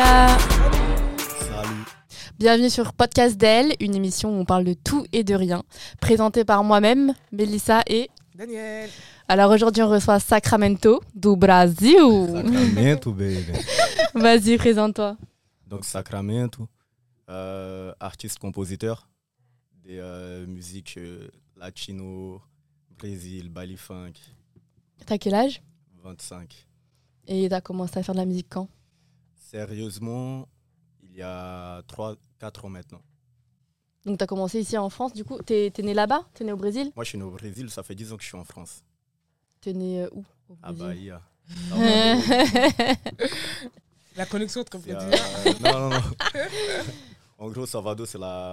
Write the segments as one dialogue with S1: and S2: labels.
S1: gars.
S2: Salut.
S1: Bienvenue sur Podcast d'elle, une émission où on parle de tout et de rien. Présentée par moi-même, Mélissa et
S3: Daniel.
S1: Alors aujourd'hui on reçoit Sacramento do Brasil.
S2: Sacramento, baby.
S1: Vas-y, présente-toi.
S2: Donc Sacramento, artiste-compositeur des musiques latino, Brésil, Bali funk,
S1: T'as quel âge?
S2: 25.
S1: Et t'as commencé à faire de la musique quand?
S2: Sérieusement, il y a 3-4 ans maintenant.
S1: Donc t'as commencé ici en France, du coup. T'es né là-bas? T'es né au Brésil?
S2: Moi, je suis né au Brésil, ça fait 10 ans que je suis en France.
S1: T'es né où au
S2: À
S1: Brésil?
S2: Bahia.
S3: La connexion, comme
S2: C'est
S3: tu
S2: à-
S3: dis.
S2: Non. En gros, Salvador,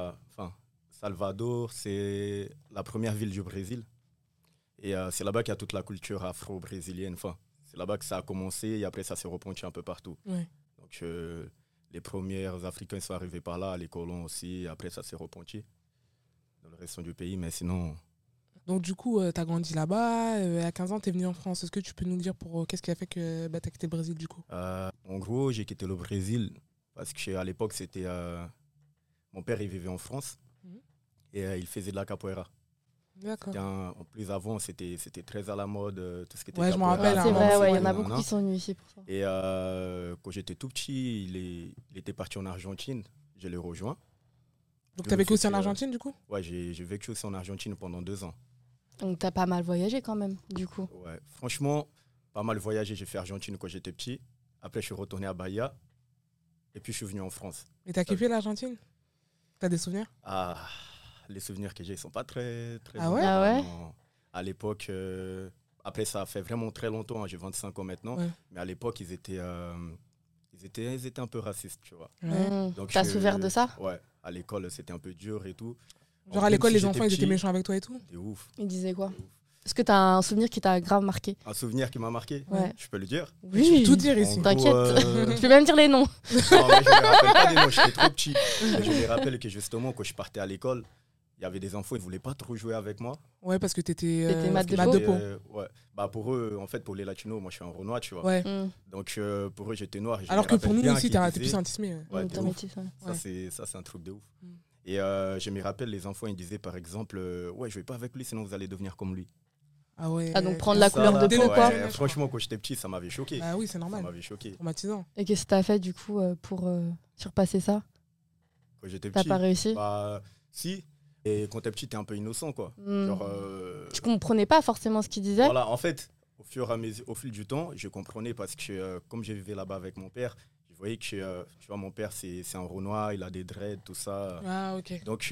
S2: Salvador, c'est la première ville du Brésil. Et c'est là-bas qu'il y a toute la culture afro-brésilienne. Enfin, c'est là-bas que ça a commencé et après, ça s'est repenti un peu partout.
S3: Ouais.
S2: Donc, les premiers Africains sont arrivés par là, les colons aussi. Après, ça s'est repenti dans le reste du pays. Mais sinon,
S3: Donc, du coup, tu as grandi là-bas. À 15 ans, tu es venu en France. Est-ce que tu peux nous dire qu'est-ce qui a fait que tu as quitté le Brésil, du coup?
S2: en gros, j'ai quitté le Brésil parce qu'à l'époque, c'était mon père, il vivait en France et il faisait de la capoeira.
S3: D'accord.
S2: En plus, avant, c'était très à la mode, tout ce qui était
S3: Ouais, je m'en
S2: capoeira.
S3: rappelle,
S1: C'est vrai, ouais, il y en a
S2: nanana.
S1: beaucoup qui sont venus ici pour ça.
S2: Et quand j'étais tout petit, il était parti en Argentine. Je l'ai rejoint.
S3: Donc, tu as vécu aussi en
S2: C'était,
S3: Argentine, du coup?
S2: Ouais, j'ai vécu aussi en Argentine pendant 2 ans.
S1: Donc t'as pas mal voyagé quand même, du coup.
S2: Ouais, franchement, pas mal voyagé. J'ai fait Argentine quand j'étais petit. Après, je suis retourné à Bahia. Et puis, je suis venu en France.
S3: Et tu as kiffé l'Argentine? Tu as des souvenirs?
S2: Ah, les souvenirs que j'ai, ils sont pas très
S3: Ah ouais?
S1: Ah ouais?
S2: non. À l'époque, après, ça fait vraiment très longtemps. Hein, j'ai 25 ans maintenant.
S3: Ouais.
S2: Mais à l'époque, ils étaient un peu racistes, tu vois.
S3: Ouais.
S2: Donc,
S1: T'as souffert de ça?
S2: Ouais, à l'école, c'était un peu dur et tout.
S3: Genre, à
S2: Même
S3: l'école,
S2: si
S3: les
S2: j'étais
S3: enfants, ils étaient
S2: petit,
S3: méchants avec toi et tout?
S2: c'était ouf.
S1: Il disait quoi?
S2: C'était ouf.
S1: Est-ce que t'as un souvenir qui t'a grave marqué?
S2: Un souvenir qui m'a marqué,
S1: Ouais.
S2: je peux le dire.
S3: Tu peux tout dire
S2: En
S3: ici.
S2: gros,
S1: T'inquiète. Tu peux même dire les noms.
S2: Non, mais je me rappelle pas des noms, j'étais trop petit. Mais je me rappelle que justement, quand je partais à l'école, il y avait des enfants, ils voulaient pas trop jouer avec moi.
S3: Ouais, parce que t'étais
S1: T'étais mat de
S3: mat
S1: peau.
S3: de peau.
S2: Ouais. Bah pour eux, en fait, pour les latinos, moi je suis un Renoir, tu vois.
S3: Ouais.
S2: Donc pour eux, j'étais noir. Et je
S3: Alors
S2: me
S3: que pour
S2: rappelle
S3: nous
S2: bien
S3: aussi,
S2: qu'ils
S3: t'es
S2: disaient-
S3: plus antismé.
S2: Ouais, de
S1: T'as
S2: ouf.
S1: métis, ouais.
S3: Ouais.
S2: Ça, c'est un truc de ouf.
S3: Mm.
S2: Et je me rappelle, les enfants, ils disaient par exemple, ouais, je vais pas avec lui, sinon vous allez devenir comme lui.
S3: Ah ouais.
S1: Ah, donc prendre la
S2: Ça,
S1: couleur de
S3: Dès
S1: peau,
S3: le
S1: quoi.
S3: premier, je crois.
S2: Franchement, quand j'étais petit, ça m'avait choqué.
S3: Bah oui, c'est
S2: Ça
S3: normal.
S2: m'avait choqué.
S3: Traumatisant.
S1: Et qu'est-ce que t'as fait du coup pour surpasser ça?
S2: Quand j'étais
S1: T'as
S2: petit,
S1: pas réussi?
S2: bah si. Et quand t'es petit, t'es un peu innocent, quoi.
S1: Hmm.
S2: Genre,
S1: Tu comprenais pas forcément ce qu'il disait?
S2: voilà, en fait, au fil du temps, je comprenais parce que comme je vivais là-bas avec mon père, je voyais que, tu vois, mon père, c'est un Renoir, il a des dreads, tout ça.
S3: Ah, ok.
S2: Donc,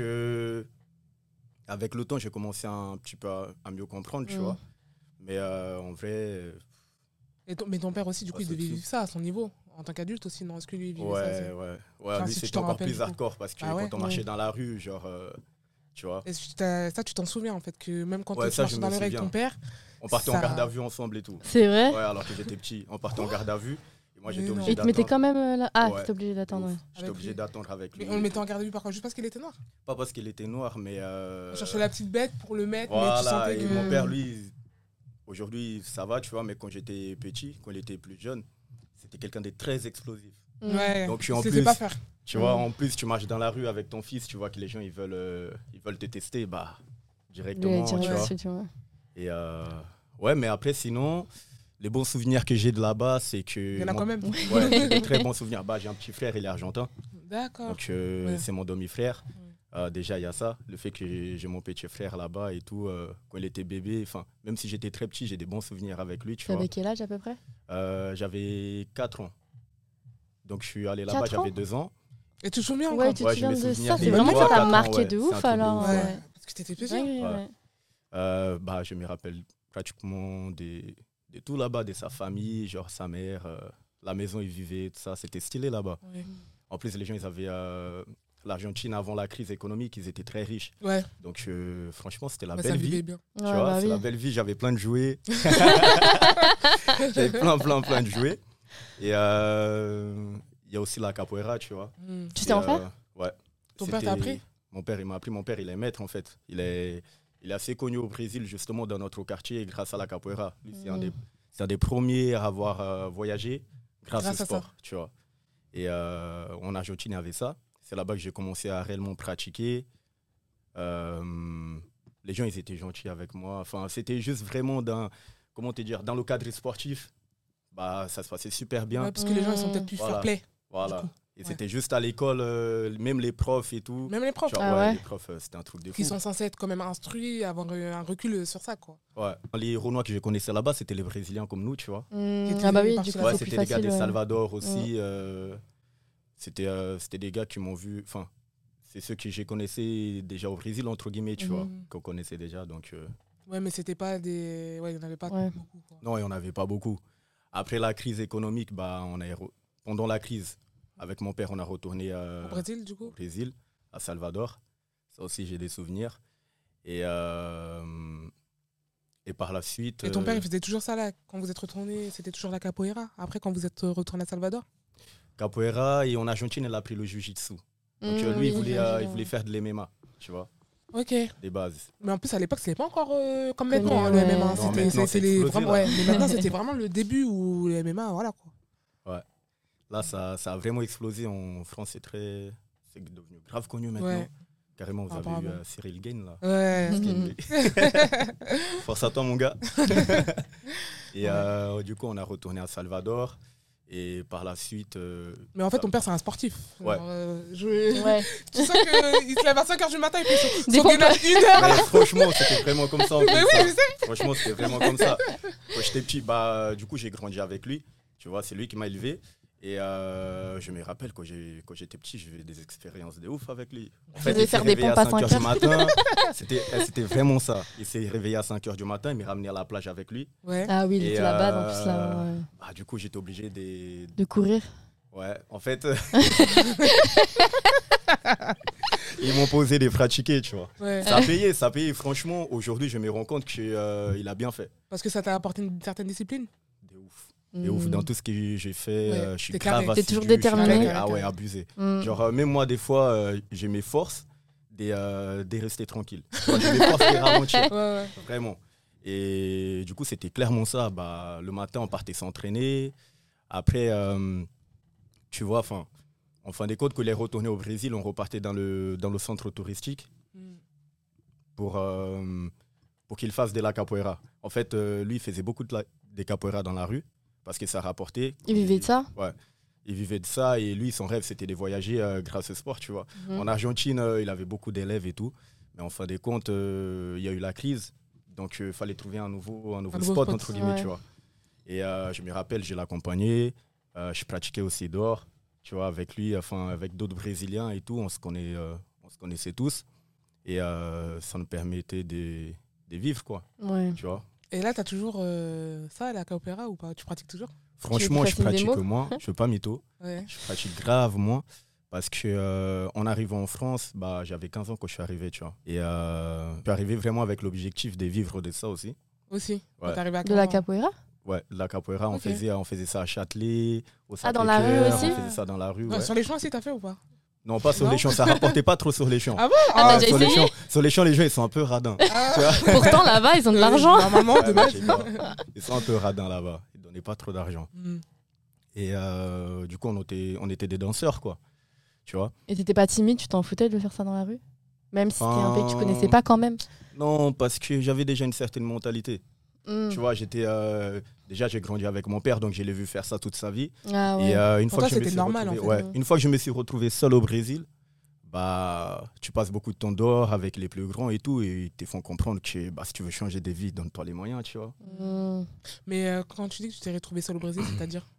S2: avec le temps, j'ai commencé un petit peu à mieux comprendre, tu
S1: Mm.
S2: vois. Mais en vrai,
S3: Mais ton père aussi, du coup,
S2: Ouais,
S3: il
S2: c'est
S3: devait
S2: tout.
S3: vivre ça à son niveau, en tant qu'adulte aussi, non? Est-ce que lui, il vivait ça
S2: ouais,
S3: aussi?
S2: ouais.
S3: Enfin,
S2: Lui,
S3: si tu
S2: c'était
S3: t'en
S2: encore
S3: rappelles,
S2: plus
S3: du coup.
S2: hardcore parce que
S3: Ah ouais?
S2: quand on marchait
S1: Ouais.
S2: dans la rue, genre, tu vois,
S3: Est-ce que ça, tu t'en souviens, en fait, que même quand
S2: Ouais,
S3: tu
S2: ça,
S3: marchais
S2: je
S3: dans
S2: me
S3: les rues avec
S2: souviens.
S3: ton père,
S2: on partait
S3: Ça-
S2: en garde à vue ensemble et tout.
S1: C'est vrai?
S2: Ouais, alors que j'étais petit, on partait en garde à vue. Et moi,
S3: Mais
S2: j'étais
S3: non.
S2: obligé
S1: Et il te mettait
S2: d'attendre.
S1: quand même là? Ah,
S2: Ouais.
S1: t'étais obligé
S2: De
S1: d'attendre,
S2: ouf.
S1: ouais.
S2: J'étais
S3: Avec
S2: obligé
S3: lui.
S2: d'attendre avec lui.
S3: mais on le mettait en garde à vue par quoi? Juste parce qu'il était noir?
S2: Pas parce qu'il était noir, mais.
S3: On cherchait la petite bête pour le mettre, mais tu
S2: Voilà,
S3: sentais
S2: et
S3: que...
S2: mon père, lui, aujourd'hui, ça va, tu vois, mais quand j'étais petit, quand il était plus jeune, c'était quelqu'un de très explosif.
S3: Ouais,
S2: Donc,
S3: il
S2: en
S3: se laissait
S2: plus-
S3: pas faire.
S2: Tu vois, en plus, tu marches dans la rue avec ton fils, tu vois que les gens, ils veulent te tester, bah, directement, tu
S1: Direct
S2: vois.
S1: dessus, tu vois.
S2: Et ouais, mais après, sinon, les bons souvenirs que j'ai de là-bas, c'est que.
S3: Il y en a quand même.
S2: Ouais, j'ai des très bons souvenirs. Bah, j'ai un petit frère, il est argentin.
S3: D'accord.
S2: Donc,
S3: Ouais.
S2: c'est mon demi-frère. Déjà, il y a ça. Le fait que j'ai mon petit frère là-bas et tout, quand il était bébé, enfin, même si j'étais très petit, j'ai des bons souvenirs avec lui, tu vois.
S1: T'avais quel âge à peu près?
S2: J'avais 4 ans. Donc, je suis allé là-bas,
S1: 4 ans?
S2: j'avais 2 ans.
S3: Et tu te souviens
S1: Ouais,
S3: encore?
S1: tu te
S2: Ouais, j'ai
S1: souviens
S2: mes
S1: de
S2: souvenirs.
S1: ça?
S2: Mais
S1: C'est
S2: même
S1: vraiment
S2: toi,
S1: ça t'a
S2: 4 ans,
S1: marqué
S2: ouais,
S1: de
S2: c'est un
S1: ouf
S2: truc de
S1: alors.
S2: ouf.
S3: Ouais,
S1: Ouais.
S3: parce que t'étais petit.
S1: Ouais,
S2: Ouais.
S1: ouais.
S2: Bah, je me rappelle pratiquement de tout là-bas, de sa famille, genre sa mère, la maison où il vivait, tout ça. C'était stylé là-bas.
S3: Ouais.
S2: En plus, les gens, ils avaient l'Argentine avant la crise économique, ils étaient très riches.
S3: Ouais,
S2: Donc, franchement, c'était la
S3: bah, ça
S2: belle
S3: vivait
S2: vie.
S3: bien.
S2: Tu
S1: Ouais,
S2: vois,
S1: bah
S2: c'est
S1: oui.
S2: la belle vie, j'avais plein de jouets. J'avais plein de jouets. Et il y a aussi la capoeira, tu vois.
S3: Mm.
S1: Tu sais en faire?
S2: Ouais.
S3: Ton père t'a appris?
S2: Mon père, il m'a appris. Mon père, il est maître, en fait. Il est assez connu au Brésil, justement, dans notre quartier, grâce à la capoeira. Lui, c'est un des premiers à avoir voyagé grâce au
S3: Grâce à
S2: sport,
S3: ça.
S2: tu vois. Et en Argentine, il y avait ça. C'est là-bas que j'ai commencé à réellement pratiquer. Les gens, ils étaient gentils avec moi. Enfin, c'était juste vraiment comment te dire, dans le cadre sportif. Bah, ça se passait super bien.
S3: Ouais, parce que les gens, ils sont peut-être plus fair play.
S2: Voilà. Et
S3: Ouais.
S2: c'était juste à l'école, même les profs et tout.
S3: Même les profs,
S2: Genre,
S1: Ah ouais.
S2: les profs, c'était un truc de fou.
S3: qui sont censés être quand même instruits, avoir un recul sur ça, quoi.
S2: Ouais. Les Renois que je connaissais là-bas, c'était les Brésiliens comme nous, tu vois.
S1: Ah bah oui,
S3: Parce
S1: du coup,
S3: que
S2: Ouais,
S1: c'est plus
S2: c'était les gars
S1: facile.
S2: des
S1: Ouais.
S2: Salvador aussi. C'était des gars qui m'ont vu. Enfin, c'est ceux que j'ai connaissés déjà au Brésil, entre guillemets, tu vois, qu'on connaissait déjà. Donc,
S3: Ouais, mais c'était pas des. Ouais, il n'y en avait pas
S1: Ouais.
S3: beaucoup, quoi.
S2: non, il n'y en avait pas beaucoup. Après la crise économique, bah, pendant la crise, avec mon père, on a retourné
S3: Au Brésil, du coup
S2: au Brésil, à Salvador. Ça aussi, j'ai des souvenirs. Et par la suite.
S3: Et ton père, il faisait toujours ça, là, quand vous êtes retourné, c'était toujours la capoeira, après, quand vous êtes retourné à Salvador?
S2: Capoeira, et en Argentine, elle a pris le jiu-jitsu. Donc lui, il voulait faire de l'MMA, tu vois,
S3: Ok.
S2: des bases.
S3: Mais en plus, à l'époque, c'était pas encore comme
S1: Connu,
S3: maintenant, hein,
S1: ouais.
S3: le MMA.
S1: Non,
S3: C'était
S2: maintenant, c'est explosé,
S3: vraiment,
S2: là.
S3: ouais, mais maintenant, c'était vraiment le début où le MMA, voilà, quoi.
S2: Là, ça a vraiment explosé en France. C'est devenu grave connu maintenant.
S3: Ouais.
S2: Carrément, vous avez
S3: Apparemment.
S2: eu Cyril Gain, là.
S3: Ouais.
S2: Force à toi, mon gars. Et du coup, on a retourné à Salvador. Et par la suite...
S3: Mais en fait, ton père, c'est un sportif.
S2: Ouais.
S1: Ouais.
S3: Tu sens qu'il se lève à 5h du matin et puis
S1: Des
S3: son
S1: fois,
S3: gainage 1 heure.
S2: mais franchement, c'était vraiment comme ça. En
S3: Mais
S2: plus,
S3: oui,
S2: ça.
S3: je sais.
S2: Franchement, c'était vraiment comme ça. Quand j'étais petit, du coup, j'ai grandi avec lui. Tu vois, c'est lui qui m'a élevé. Et je me rappelle, quand j'étais petit, j'ai eu des expériences de ouf avec lui. En
S1: Vous devez
S2: il s'est
S1: faire des
S2: réveillé
S1: pompes à 5
S2: 5h du matin. C'était vraiment ça. Il s'est réveillé à 5h du matin, il m'a ramené à la plage avec lui.
S3: Ouais.
S1: Ah oui, il
S2: Et,
S1: était là-bas, en plus, là. Ouais.
S2: Du coup, j'étais obligé
S1: De courir.
S2: Ouais, en fait... Ils m'ont posé des pratiqués, tu vois.
S3: Ouais.
S2: Ça payait. Franchement, aujourd'hui, je me rends compte qu'il a bien fait.
S3: Parce que ça t'a apporté une certaine discipline.
S2: De ouf. Et ouf, dans tout ce que j'ai fait,
S3: Ouais,
S2: je suis
S3: t'es
S2: grave
S3: carré.
S1: T'es
S2: assidu,
S1: toujours
S2: je suis
S1: déterminé.
S2: carré. Ah ouais, abusé.
S1: Mm.
S2: Genre, même moi, des fois, j'ai mes forces de rester tranquille. Genre, j'ai mes forces de ralentir,
S3: Ouais.
S2: vraiment. Et du coup, c'était clairement ça. Bah, le matin, on partait s'entraîner. Après, tu vois, en fin de compte, quand il est retourné au Brésil, on repartait dans le centre touristique pour qu'il fasse de la capoeira. En fait, lui, il faisait beaucoup de capoeira dans la rue parce que ça rapportait.
S1: Il vivait de ça?
S2: Ouais. Il vivait de ça et lui, son rêve, c'était de voyager grâce au sport, tu vois. En Argentine, il avait beaucoup d'élèves et tout. Mais en fin de compte, il y a eu la crise. Donc, il fallait trouver un nouveau spot, entre guillemets,
S1: ouais.
S2: tu vois. Et je me rappelle, je l'accompagnais. Je pratiquais aussi dehors, tu vois, avec lui, avec d'autres Brésiliens et tout. On se connaissait tous. Et ça nous permettait de vivre, quoi.
S1: Ouais.
S2: Tu vois.
S3: Et là, t'as toujours ça, la capoeira, ou pas? Tu pratiques toujours?
S2: Franchement,
S1: que
S2: je
S1: je fasse une
S2: pratique
S1: démo
S2: moins. Je ne veux pas mytho.
S3: Ouais.
S2: Je pratique grave moins. Parce que en arrivant en France, j'avais 15 ans quand je suis arrivé, tu vois. Et je suis arrivé vraiment avec l'objectif de vivre de ça aussi.
S3: Aussi, quand
S2: Ouais.
S3: t'arrives à
S1: De la
S3: 15 ans.
S1: capoeira?
S2: Ouais, de la capoeira,
S3: Ok.
S2: on faisait ça à Châtelet, au
S1: dans la rue
S2: Sacré-Cœur,
S1: aussi
S2: on faisait ça dans la rue.
S3: Non,
S2: Ouais.
S3: sur les champs aussi, t'as fait ou pas?
S2: Non, pas sur
S3: Non.
S2: les champs, ça rapportait pas trop sur les champs.
S3: Ah bon?
S1: Ah, t'as déjà
S2: sur, les
S1: essayé
S2: champs, sur les champs, les gens, ils sont un peu radins.
S1: Pourtant, là-bas, ils ont de l'argent.
S3: Normalement,
S2: Ouais,
S3: dommage.
S2: je sais pas. Ils sont un peu radins là-bas. Ils donnaient pas trop d'argent.
S3: Mm.
S2: Et du coup, on était des danseurs, quoi. Tu vois.
S1: Et t'étais pas timide, tu t'en foutais de faire ça dans la rue? Même si c'était un pays que tu connaissais pas quand même.
S2: Non, parce que j'avais déjà une certaine mentalité.
S1: Mm.
S2: Tu vois, déjà, j'ai grandi avec mon père, donc je l'ai vu faire ça toute sa vie.
S1: Ah ouais.
S2: Et une
S3: Pour
S2: fois
S3: toi,
S2: que je me
S3: c'était
S2: suis
S3: normal,
S2: retrouvé,
S3: en fait.
S2: ouais, une fois que je me suis retrouvé seul au Brésil, tu passes beaucoup de temps dehors avec les plus grands et tout, et ils te font comprendre que si tu veux changer de vie, donne-toi les moyens, tu vois.
S1: Mm.
S3: Mais quand tu dis que tu t'es retrouvé seul au Brésil, c'est-à-dire?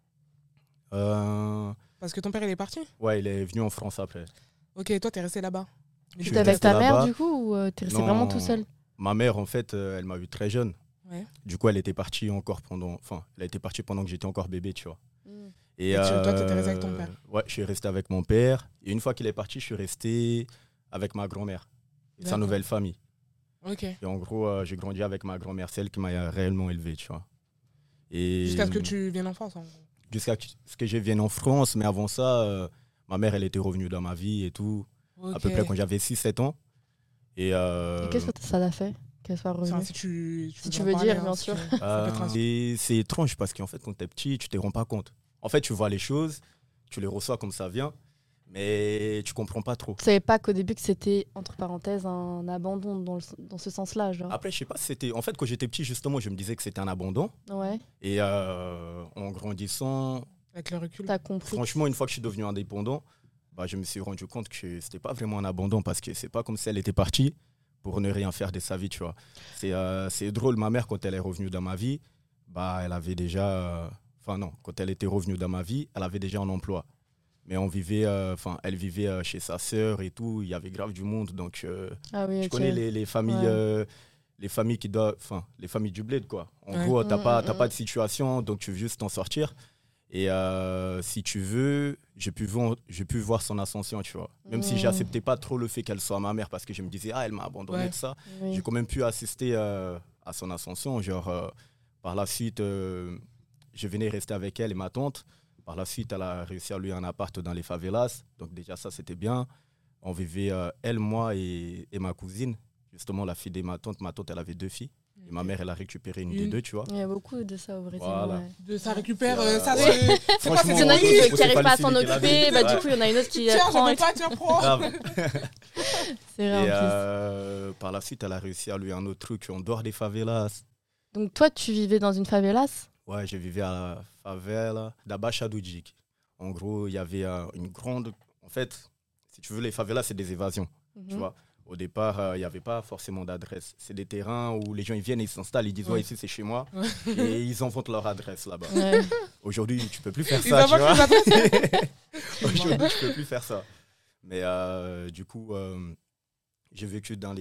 S3: Parce que ton père, il est parti?
S2: Ouais, il est venu en France après.
S3: Ok, et toi, t'es resté là-bas?
S2: Je suis
S1: T'étais avec
S2: resté
S1: ta mère
S2: là-bas.
S1: du coup ou t'es resté
S2: Non.
S1: vraiment tout seul?
S2: Ma mère, en fait, elle m'a vu très jeune.
S3: Ouais.
S2: Du coup, elle était partie elle a été partie pendant que j'étais encore bébé, tu vois. Et
S3: toi, t'étais resté avec ton père?
S2: Ouais, je suis resté avec mon père. Et une fois qu'il est parti, je suis resté avec ma grand-mère et sa
S3: D'accord.
S2: nouvelle famille.
S3: Ok.
S2: Et en gros, j'ai grandi avec ma grand-mère, celle qui m'a réellement élevé, tu vois. Et
S3: Jusqu'à ce que tu viennes en France, en gros.
S2: jusqu'à ce que je vienne en France. Mais avant ça, ma mère, elle était revenue dans ma vie et tout, à
S3: Ok.
S2: peu près quand j'avais 6-7 ans. Et,
S1: Et qu'est-ce que ça t'a fait qu'elle soit revenue?
S3: Enfin, si tu
S1: tu
S3: veux en
S1: veux
S3: parler,
S1: dire,
S3: hein,
S1: bien
S3: si
S1: sûr.
S3: tu veux. Ça peut être un-
S2: et c'est étrange parce qu'en fait, quand t'es petit, tu te rends pas compte. En fait, tu vois les choses, tu les reçois comme ça vient, mais tu comprends pas trop.
S1: Tu savais pas qu'au début que c'était, entre parenthèses, un abandon dans ce sens-là, genre.
S2: Après, je sais pas si c'était... En fait, quand j'étais petit, justement, je me disais que c'était un abandon.
S1: Ouais,
S2: Et en grandissant,
S3: Avec le recul.
S1: t'as compris.
S2: franchement, une fois que je suis devenu indépendant, bah, je me suis rendu compte que c'était pas vraiment un abandon parce que c'est pas comme si elle était partie pour ne rien faire de sa vie, tu vois. C'est drôle, ma mère, quand elle est revenue dans ma vie, bah, elle avait déjà... Enfin non, quand elle était revenue dans ma vie, elle avait déjà un emploi. Mais on vivait, elle vivait chez sa sœur et tout, il y avait grave du monde, donc
S1: Ah oui,
S2: je
S1: ok.
S2: connais les familles...
S1: Ouais.
S2: les familles qui doivent, les familles du bled, quoi. En
S3: Ouais.
S2: gros, t'as pas
S1: Mm.
S2: de situation, donc tu veux juste t'en sortir. Et si tu veux, j'ai pu voir son ascension, tu vois. Même si j'acceptais pas trop le fait qu'elle soit ma mère, parce que je me disais, elle m'a abandonné
S3: Ouais.
S2: de ça.
S1: Oui.
S2: J'ai quand même pu assister à son ascension. Genre, par la suite, je venais rester avec elle et ma tante. Par la suite, elle a réussi à louer un appart dans les favelas. Donc déjà, ça, c'était bien. On vivait, elle, moi et ma cousine. Justement, la fille de ma tante. Ma tante, elle avait 2 filles. Et ma mère, elle a récupéré une des 2, tu vois.
S1: Il y a beaucoup de ça au Brésil.
S2: Voilà.
S1: Ouais.
S3: De ça récupère,
S2: C'est,
S3: ça
S2: ouais.
S3: c'est.
S2: Franchement,
S1: Il y en a une
S2: faut
S1: qui n'arrive pas à s'en
S2: faciliter la
S1: occuper,
S2: vie.
S1: bah,
S2: Ouais.
S1: du coup, il y en a une autre qui
S3: Tiens, j'en
S1: prend.
S3: veux pas, tiens, prends.
S2: Grave.
S1: C'est vrai,
S2: Et
S1: en plus.
S2: par la suite, elle a réussi à louer un autre truc en dehors des favelas.
S1: Donc, toi, tu vivais dans une favelas?
S2: Ouais, je vivais à la favela d'Abachadoudjik. En gros, il y avait une grande... En fait, si tu veux, les favelas, c'est des évasions, tu vois. Au départ, il n'y avait pas forcément d'adresse. C'est des terrains où les gens ils viennent, ils s'installent, ils disent ouais, ici c'est chez moi.
S3: Ouais.
S2: Et ils inventent leur adresse là-bas.
S1: Ouais.
S2: Aujourd'hui, tu peux plus faire
S3: Ils
S2: ça, tu
S3: inventent
S2: vois.
S3: les adresses.
S2: Aujourd'hui, tu peux plus faire ça. Mais du coup, j'ai vécu dans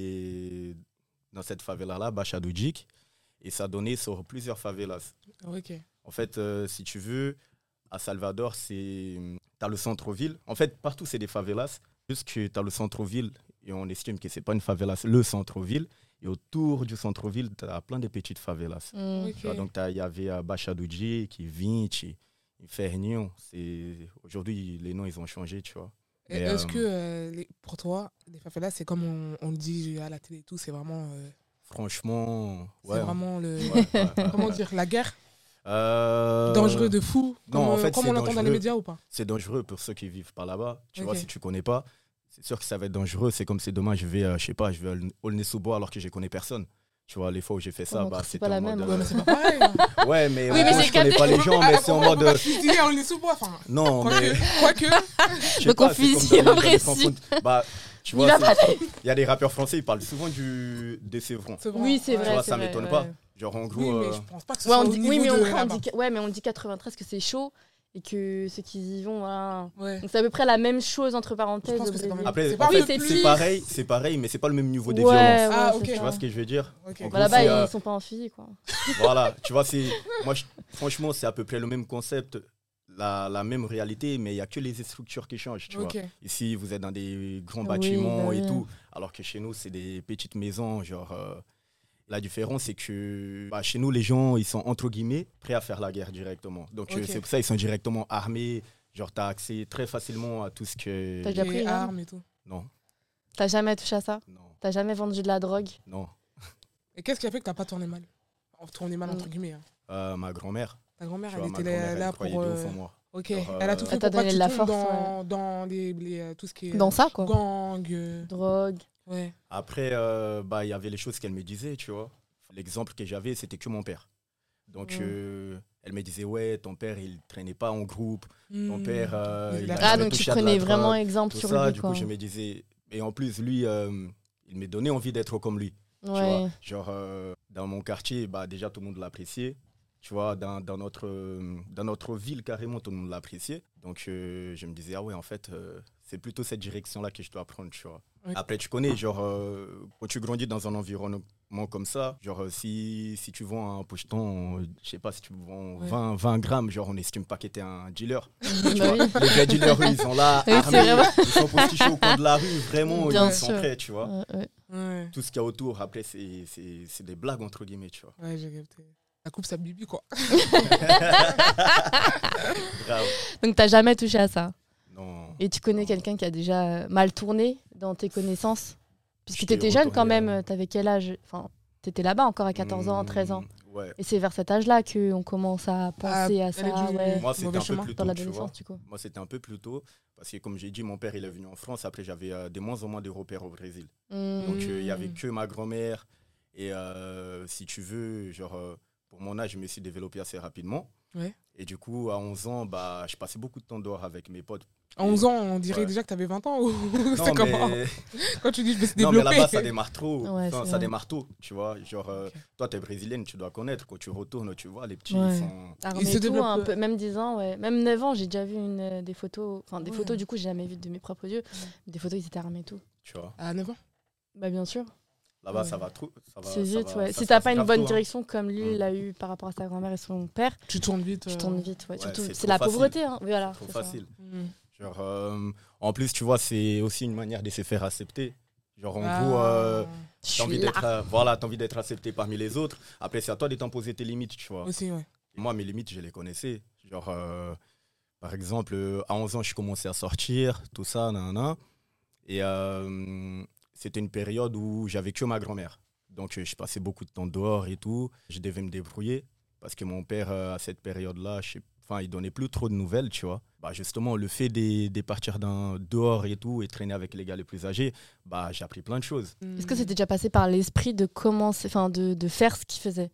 S2: cette favela-là, Bachadoudjik, et ça donnait sur plusieurs favelas.
S3: Ok.
S2: En fait, si tu veux, à Salvador, t'as le centre-ville. En fait, partout, c'est des favelas. Juste que t'as le centre-ville, et on estime que c'est pas une favela, c'est le centre-ville. Et autour du centre-ville, t'as plein de petites favelas.
S3: Ok.
S2: Tu vois, donc, il y avait Bachadoudjik, Vinci, Infernion. Aujourd'hui, les noms, ils ont changé, tu vois.
S3: Et
S2: Mais,
S3: est-ce que pour toi, les favelas, c'est comme on le dit à la télé et tout, c'est vraiment.
S2: Franchement,
S3: C'est
S2: ouais.
S3: vraiment le.
S2: Ouais.
S3: Comment dire, la guerre
S2: Euh,
S3: dangereux de fou
S2: non, en fait,
S3: comme
S2: c'est
S3: on l'entend dans les
S2: dangereux.
S3: médias ou pas?
S2: C'est dangereux pour ceux qui vivent par là-bas. Tu vois,
S3: Ok.
S2: si tu connais pas, c'est sûr que ça va être dangereux. C'est comme si demain, je vais à Aulnay-sous-Bois alors que je connais personne. Tu vois, les fois où j'ai fait ça,
S1: Ouais,
S2: bah,
S1: c'est
S2: c'était
S1: pas la
S2: en mode,
S1: même.
S3: Ouais, mais c'est pas pareil. Hein.
S2: Ouais, mais,
S1: Oui, mais
S2: moi,
S1: j'ai
S2: je connais
S1: capté.
S2: pas les gens, mais c'est en mode...
S3: On va fusiller, on les sous-bois. Enfin,
S2: Non, mais...
S3: quoique.
S2: je sais
S1: Donc
S2: pas,
S1: on
S2: c'est comme
S1: fusille
S2: dans
S1: un
S2: les
S1: vrai
S2: enfants
S1: si.
S2: de- Bah, tu
S1: Il
S2: vois,
S1: va pas
S2: il y a des rappeurs français, ils parlent souvent des Sévrons.
S3: C'est
S1: Oui, c'est
S3: ouais.
S1: vrai.
S2: Tu vois,
S1: c'est
S2: ça
S1: vrai,
S2: m'étonne
S1: ouais.
S2: pas. Genre, en
S3: Oui,
S2: gros...
S3: mais je pense pas que ce
S1: Ouais,
S3: soit
S1: on
S3: au
S1: dit,
S3: niveau
S1: oui, mais
S3: de
S1: après,
S3: là-bas.
S1: mais on dit 93 que c'est chaud et que ceux qui y vont, voilà.
S3: Ouais.
S1: Donc c'est à peu près la même chose entre parenthèses.
S3: Je pense
S1: au
S3: que c'est quand
S1: Brésil.
S3: même-
S2: Après,
S3: C'est
S2: en
S3: pas
S2: fait,
S3: un peu plus-
S2: c'est pareil, mais c'est pas le même niveau de
S1: Ouais,
S2: violence.
S3: Ah,
S1: ouais,
S3: ok.
S1: c'est
S2: Tu
S1: ça.
S2: vois ce que je veux dire?
S3: Ok.
S2: En
S1: Bah,
S2: gros,
S1: là-bas,
S2: c'est,
S1: ils sont pas en fusil, quoi.
S2: Voilà, tu vois, franchement, c'est à peu près le même concept, la même réalité, mais il n'y a que les structures qui changent, tu vois.
S3: Ok.
S2: Ici, vous êtes dans des grands
S1: Oui,
S2: bâtiments
S1: bah
S2: et
S1: oui.
S2: tout, alors que chez nous, c'est des petites maisons, genre... la différence, c'est que bah, chez nous, les gens, ils sont, entre guillemets, prêts à faire la guerre directement. Donc,
S3: Ok.
S2: c'est pour ça qu'ils sont directement armés. Genre, tu as accès très facilement à tout ce que...
S1: T'as déjà
S3: Les
S1: pris une arme
S3: armes et tout.
S2: Non,
S1: T'as jamais touché à ça?
S2: non,
S1: T'as jamais vendu de la drogue?
S2: non.
S3: Et qu'est-ce qui a fait que t'as pas tourné mal? Tourné mal, entre
S1: Mm.
S3: guillemets. Hein.
S2: Ma grand-mère,
S3: Ta grand-mère,
S2: tu
S3: elle
S2: vois, ma
S3: était
S2: grand-mère, elle
S3: là
S2: croyait
S3: pour.
S2: de ouf en moi.
S3: Ok.
S2: Genre,
S3: Elle a tout fait
S1: Elle t'a
S3: pour pas que
S1: donné
S3: tu
S1: de la
S3: tombes
S1: force,
S3: dans tout ce qui est.
S1: Dans ça, quoi.
S3: Gang.
S1: Drogue.
S3: Ouais.
S2: Après, bah, il y avait les choses qu'elle me disait, tu vois. L'exemple que j'avais, c'était que mon père. Donc, elle me disait, ouais, ton père, il traînait pas en groupe. Ton père, il a
S1: Ah,
S2: jamais
S1: donc tu
S2: touché à de la
S1: prenais
S2: drogue,
S1: vraiment exemple
S2: tout
S1: sur
S2: ça.
S1: lui,
S2: Du
S1: quoi.
S2: coup, je me disais... Et en plus, lui, il me donnait envie d'être comme lui. Tu
S1: Ouais.
S2: vois, genre, dans mon quartier, bah, déjà, tout le monde l'appréciait. Tu vois, dans notre ville, carrément, tout le monde l'appréciait. Donc, je me disais, ah ouais, en fait, c'est plutôt cette direction-là que je dois prendre, tu vois.
S3: Oui.
S2: Après, tu connais, genre, quand tu grandis dans un environnement comme ça, genre, si tu vends un pocheton, je sais pas, si tu vends
S3: Ouais.
S2: 20 grammes, genre, on n'estime pas que t'es un dealer.
S1: Bah
S2: Tu vois,
S1: oui.
S2: les vrais dealers, eux, ils sont là,
S1: Oui, c'est
S2: armés,
S1: vraiment-
S2: ils sont postichés au coin de la rue, vraiment,
S1: Bien
S2: ils sont
S1: sûr.
S2: prêts, tu vois.
S1: Ouais.
S3: Ouais.
S2: Tout ce qu'il y a autour, après, c'est des blagues, entre guillemets, tu vois.
S3: Ouais, j'ai capté. La coupe, ça bibi, quoi.
S2: Grave.
S1: Donc t'as jamais touché à ça.
S2: Non.
S1: Et tu connais quelqu'un qui a déjà mal tourné dans tes connaissances? Puisque
S2: J'étais
S1: t'étais jeune quand
S2: retourné,
S1: même, t'avais quel âge? Enfin, t'étais là-bas encore à 14 ans, 13 ans.
S2: Ouais.
S1: Et c'est vers cet âge-là qu'on commence à penser à ça, ouais,
S2: Moi, c'était un peu
S3: chemin.
S2: plus
S1: dans
S2: tôt, tu vois.
S1: l'adolescence, du coup.
S2: Moi, c'était un peu plus tôt. Parce que, comme j'ai dit, mon père, il est venu en France. Après, j'avais de moins en moins de repères au Brésil. Donc, il n'y avait que ma grand-mère. Et si tu veux, pour mon âge, je me suis développé assez rapidement.
S3: Ouais.
S2: Et du coup, à 11 ans, je passais beaucoup de temps dehors avec mes potes.
S3: À 11 ans, on dirait
S2: Ouais.
S3: déjà que tu avais 20 ans ou
S2: Non,
S3: c'est comment
S2: mais...
S3: Quand tu dis je me suis
S2: non,
S3: développé.
S2: mais là-bas, ça démarre trop.
S1: Ouais,
S2: Enfin,
S1: c'est
S2: ça
S1: vrai.
S2: démarre tôt, tu vois. Toi, t'es brésilienne, tu dois connaître. Quand tu retournes, tu vois, les petits,
S1: Ouais.
S2: ils sont...
S1: Armé
S3: Il se
S1: et tout,
S3: développe,
S1: un peu, même 10 ans, ouais. Même 9 ans, j'ai déjà vu des photos. Enfin, des
S3: Ouais.
S1: photos, du coup, j'ai jamais vu de mes propres yeux. Des photos, ils étaient armés et tout.
S2: Tu vois.
S3: À 9 ans.
S1: Bah, bien sûr.
S2: Là-bas,
S1: Ouais.
S2: ça va trop.
S1: C'est vite, ouais.
S2: ça
S1: Si
S2: se
S1: t'as
S2: passe
S1: pas une
S2: grave
S1: bonne
S2: tôt, hein.
S1: direction comme lui, il a eu par rapport à sa grand-mère et son père,
S3: Tu tournes vite.
S1: tu tournes vite, ouais.
S2: Ouais,
S1: Surtout,
S2: c'est
S1: c'est
S2: trop
S1: la
S2: facile.
S1: pauvreté, hein. Voilà.
S2: Trop
S1: c'est ça.
S2: facile.
S3: Mm.
S2: En plus, tu vois, c'est aussi une manière de se faire accepter. En gros,
S1: Je
S2: t'as
S1: suis
S2: envie
S1: là.
S2: t'as envie d'être accepté parmi les autres. Après, c'est à toi de t'imposer tes limites, tu vois.
S3: Aussi, ouais.
S2: Et moi, mes limites, je les connaissais. Par exemple, à 11 ans, je commençais à sortir, tout ça, nanana. Et c'était une période où j'avais que ma grand-mère. Donc, je passais beaucoup de temps dehors et tout. Je devais me débrouiller parce que mon père, à cette période-là, il donnait plus trop de nouvelles, tu vois. Justement, le fait de partir dehors et tout et traîner avec les gars les plus âgés, j'ai appris plein de choses.
S1: Est-ce que c'était déjà passé par l'esprit de commencer, enfin, de faire ce qu'il faisait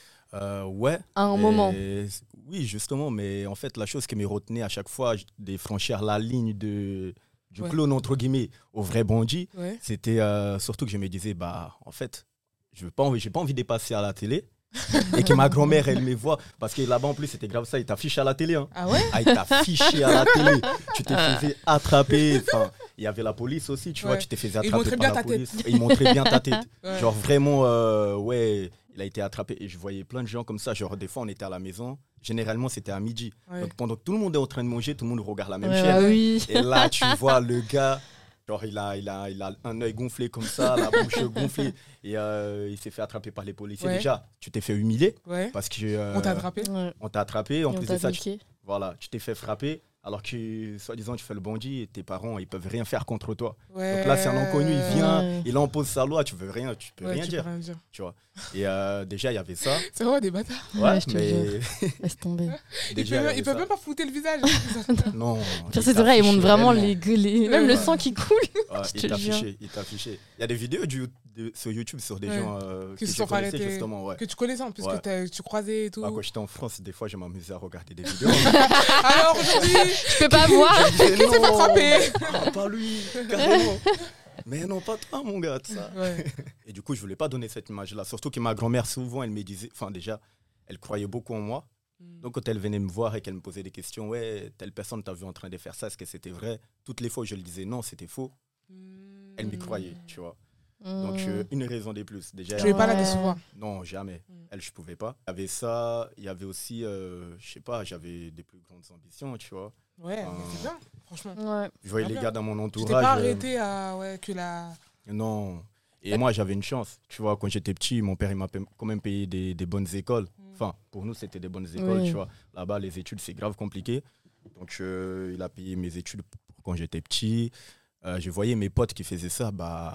S2: Ouais.
S1: à un
S2: mais-
S1: moment?
S2: Oui, justement, mais en fait, la chose qui me retenait à chaque fois de franchir la ligne du
S3: Ouais.
S2: clone, entre guillemets, au vrai bandit,
S3: Ouais.
S2: c'était surtout que je me disais, en fait, j'ai pas envie de passer à la télé et que ma grand-mère, elle me voit. Parce que là-bas, en plus, c'était grave ça, il t'affiche à la télé. Hein.
S3: Ah ouais.
S2: Ah, il t'affichait à la télé. Tu t'es fait attraper. Enfin, il y avait la police aussi, tu vois,
S3: Ouais.
S2: tu t'es fait
S3: Il
S2: attraper
S3: montrait
S2: par
S3: bien
S2: la
S3: ta
S2: police. Et il montrait bien ta tête.
S3: Ouais.
S2: Genre vraiment, ouais, il a été attrapé. Et je voyais plein de gens comme ça. Genre, des fois, on était à la maison. Généralement, c'était à midi.
S3: Ouais.
S2: Donc, pendant que tout le monde est en train de manger, tout le monde regarde la même
S1: Ouais,
S2: chaîne.
S1: bah oui.
S2: Et là, tu vois le gars, genre, il a un œil gonflé comme ça, la bouche gonflée. Et il s'est fait attraper par les policiers.
S3: Ouais.
S2: Déjà, tu t'es fait humilier
S3: Ouais.
S2: parce que
S3: On t'a attrapé.
S1: Ouais.
S2: on t'a attrapé.
S1: Et
S2: En
S1: on
S2: plus
S1: t'a
S2: de ça,
S1: niqué.
S2: voilà, tu t'es fait frapper. Alors que, soi-disant, tu fais le bandit et tes parents, ils peuvent rien faire contre toi.
S3: Ouais.
S2: Donc là, c'est un inconnu, il vient,
S1: Ouais.
S2: il impose sa loi, tu peux
S3: Ouais,
S2: rien
S3: tu
S2: dire,
S3: peux rien dire.
S2: tu vois. Et déjà, il y avait ça.
S3: C'est vraiment des bâtards.
S1: Ouais, je te
S2: mais
S1: Laisse tomber.
S2: déjà,
S3: Ils peuvent même pas flouter le visage.
S2: Non.
S1: Pire, c'est vrai, ils montrent vraiment les même le
S3: Ouais.
S1: sang qui coule.
S2: Ouais,
S1: je te jure.
S2: il t'a affiché. Il y a des vidéos sur YouTube sur des
S3: Ouais.
S2: gens
S3: Qui se
S2: je
S3: sont fait
S2: connaissais,
S3: arrêter.
S2: justement. Ouais.
S3: Que tu connaissais en plus,
S2: Ouais.
S3: que tu croisais et tout.
S2: Quand j'étais en France, des fois, je m'amusais à regarder des vidéos.
S3: Alors aujourd'hui,
S1: Je peux pas voir.
S2: Je disais,
S3: qui s'est fait
S2: non,
S3: frapper
S2: pas lui, carrément. Mais non, pas toi, mon gars, tout ça.
S3: Ouais.
S2: Et du coup, je voulais pas donner cette image-là. Surtout que ma grand-mère, souvent, elle me disait, enfin, déjà, elle croyait beaucoup en moi. Donc, quand elle venait me voir et qu'elle me posait des questions, ouais, telle personne t'a vu en train de faire ça, est-ce que c'était vrai? Toutes les fois où je lui disais non, c'était faux, elle m'y croyait, tu vois. Donc, une raison de plus. Déjà,
S3: Tu n'es pas là
S1: Ouais.
S3: décevoir.
S2: non, jamais. Elle, je pouvais pas. Il y avait ça, il y avait aussi, je sais pas, j'avais des plus grandes ambitions, tu vois.
S3: Ouais, mais c'est bien, franchement.
S1: Ouais.
S2: Je voyais
S3: Ah
S2: les
S3: bien.
S2: gars dans mon
S3: Tu
S2: entourage.
S3: t'es pas arrêté à que la.
S2: Non. Et moi, j'avais une chance. Tu vois, quand j'étais petit, mon père, il m'a quand même payé des bonnes écoles. Enfin, pour nous, c'était des bonnes écoles,
S1: Oui.
S2: tu vois. Là-bas, les études, c'est grave compliqué. Donc, il a payé mes études quand j'étais petit. Je voyais mes potes qui faisaient ça,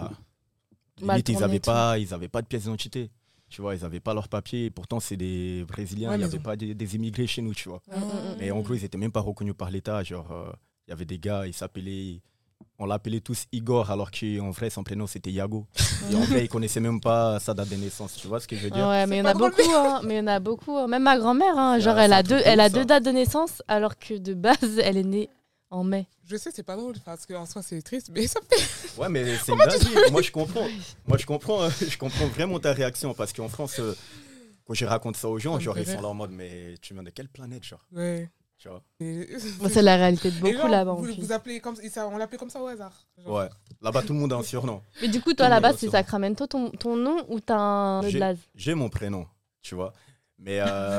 S1: Mal
S2: limite, ils
S1: tourné
S2: n'avaient
S1: et
S2: pas de pièce d'identité. Tu vois, ils n'avaient pas leurs papiers. Pourtant, c'est des Brésiliens,
S3: Ouais,
S2: il n'y
S3: mais
S2: avait
S3: ils ont-
S2: pas des immigrés chez nous, tu vois. Mais en gros, ils n'étaient même pas reconnus par l'État. Genre, il y avait des gars, on l'appelait tous Igor, alors qu'en vrai, son prénom, c'était Yago. Et en vrai, ils connaissaient même pas sa date de naissance. Tu vois ce que je veux dire?
S1: Ouais, mais il y en
S3: pas
S1: a
S3: drôle,
S1: beaucoup, hein. Mais il y en a beaucoup. Hein. Même ma grand-mère, hein, genre,
S2: c'est
S1: elle
S2: un
S1: a
S2: truc de
S1: elle a
S2: ouf, ça.
S1: 2 dates de naissance, alors que de base, elle est née en mai.
S3: Je sais, c'est pas drôle, parce qu'en soi, c'est triste, mais ça fait.
S2: Ouais, mais c'est une dinguerie. Moi, je comprends vraiment ta réaction. Parce qu'en France, quand je raconte ça aux gens,
S3: Ça me
S2: genre,
S3: fait
S2: ils sont
S3: rire.
S2: là en mode, mais tu viens de quelle planète, genre?
S3: Ouais.
S2: Tu vois?
S1: Moi, c'est la réalité de
S3: Et
S1: beaucoup
S3: genre,
S1: là-bas. en
S3: Vous,
S1: plus.
S3: vous appelez comme ça, on l'appelait comme ça au hasard. Genre.
S2: Ouais. Là-bas, tout le monde a un surnom.
S1: Mais du coup,
S2: Tout
S1: toi,
S2: le
S1: là-bas,
S2: monde a
S1: c'est
S2: son-
S1: Sacramento ton nom ou t'as un
S2: J'ai-
S1: blaze?
S2: J'ai mon prénom, tu vois. Mais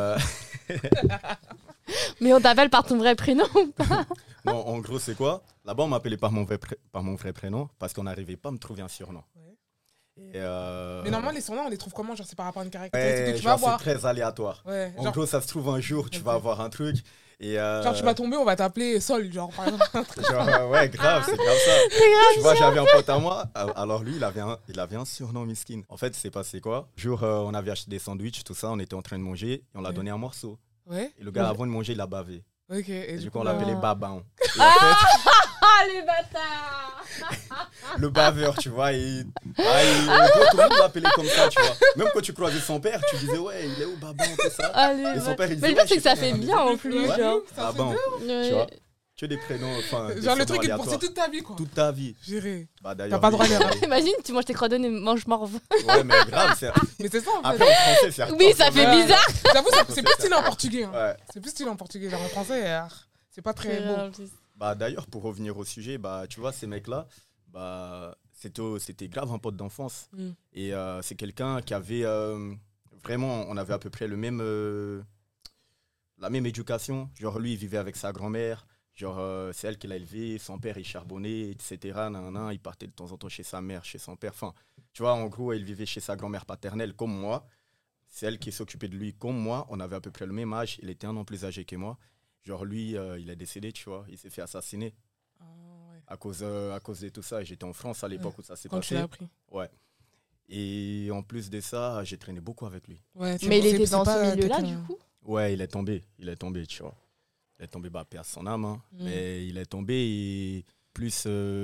S1: Mais on t'appelle par ton vrai prénom ou pas?
S2: non, en gros, c'est quoi? Là-bas, on m'appelait par mon vrai prénom parce qu'on n'arrivait pas à me trouver un surnom.
S3: Ouais.
S2: Et,
S3: Mais normalement, les surnoms, on les trouve comment? Genre, c'est par rapport à une
S2: ouais,
S3: caractéristique que tu vas
S2: genre, c'est
S3: avoir.
S2: très aléatoire.
S3: Ouais,
S2: En
S3: genre.
S2: gros, ça se trouve un jour, tu vas
S3: Ok.
S2: avoir un truc Et,
S3: Genre, tu vas tomber, on va t'appeler Sol, genre, par exemple.
S2: genre, ouais, grave, c'est grave ça. Tu vois, j'avais un pote à moi. Alors lui, il avait un surnom miskin. En fait, c'est passé quoi? Un jour, on avait acheté des sandwichs, tout ça, on était en train de manger et on l'a donné un morceau.
S3: Ouais.
S2: Et le gars, avant de manger, il a bavé.
S3: Ok. Et
S2: Et du coup,
S3: coup,
S2: on
S3: là-
S2: l'appelait Baban. Et en fait,
S1: Ah, les bâtards!
S2: le baveur, tu vois, en gros, tout le monde l'appelait comme ça, tu vois. Même quand tu croisais son père, tu disais, ouais, il est où Baban, tout ça.
S1: Allez,
S2: Et son père, il
S1: mais
S2: disait,
S1: le pire,
S2: ouais,
S1: c'est que ça
S2: je sais
S1: fait
S2: pas,
S1: bien en plus.
S3: Ouais,
S1: Genre,
S3: ça fait
S2: Baban,
S1: Ouais.
S2: tu vois. Que des prénoms, enfin. des
S3: Genre, le
S2: surnoms
S3: truc est
S2: aléatoires.
S3: poursuit toute ta vie, quoi.
S2: Toute ta vie.
S3: J'irai.
S2: Bah, d'ailleurs,
S3: T'as pas
S2: lui,
S3: droit à l'erreur.
S1: Imagine, tu manges tes croissants et manges morve.
S2: Ouais, mais grave, c'est.
S3: Mais c'est ça, en
S2: Après,
S3: fait.
S2: en français, c'est.
S1: Oui, ça fait
S3: Ouais.
S1: bizarre.
S3: J'avoue, c'est plus stylé en portugais. Hein.
S2: Ouais.
S3: C'est plus stylé en portugais. Genre, en français, c'est pas très beau.
S2: Bah, d'ailleurs, pour revenir au sujet, bah, tu vois, ces mecs-là, bah, c'était grave un pote d'enfance.
S3: Mm.
S2: Et c'est quelqu'un qui avait vraiment, on avait à peu près la même éducation. Genre, lui, il vivait avec sa grand-mère. Genre, c'est elle qui l'a élevé. Son père, il charbonnait, etc. Nanana. Il partait de temps en temps chez sa mère, chez son père. Enfin, tu vois, en gros, il vivait chez sa grand-mère paternelle comme moi. C'est elle qui s'occupait de lui comme moi. On avait à peu près le même âge. Il était un an plus âgé que moi. Genre, lui, il est décédé, tu vois. Il s'est fait assassiner
S3: Ah, ouais.
S2: à cause de tout ça. J'étais en France à l'époque où ça s'est
S3: Quand tu
S2: passé.
S3: l'as appris.
S2: Ouais. Et en plus de ça, j'ai traîné beaucoup avec lui.
S3: Ouais,
S1: Mais il
S3: c'est-
S1: était
S3: c'est
S1: dans
S3: pas
S1: ce milieu-là,
S3: quelqu'un-
S1: du coup.
S2: Ouais, il est tombé, tu vois. Il est tombé, bah, paix à son âme, hein.
S3: Mm.
S2: Mais il est tombé et plus...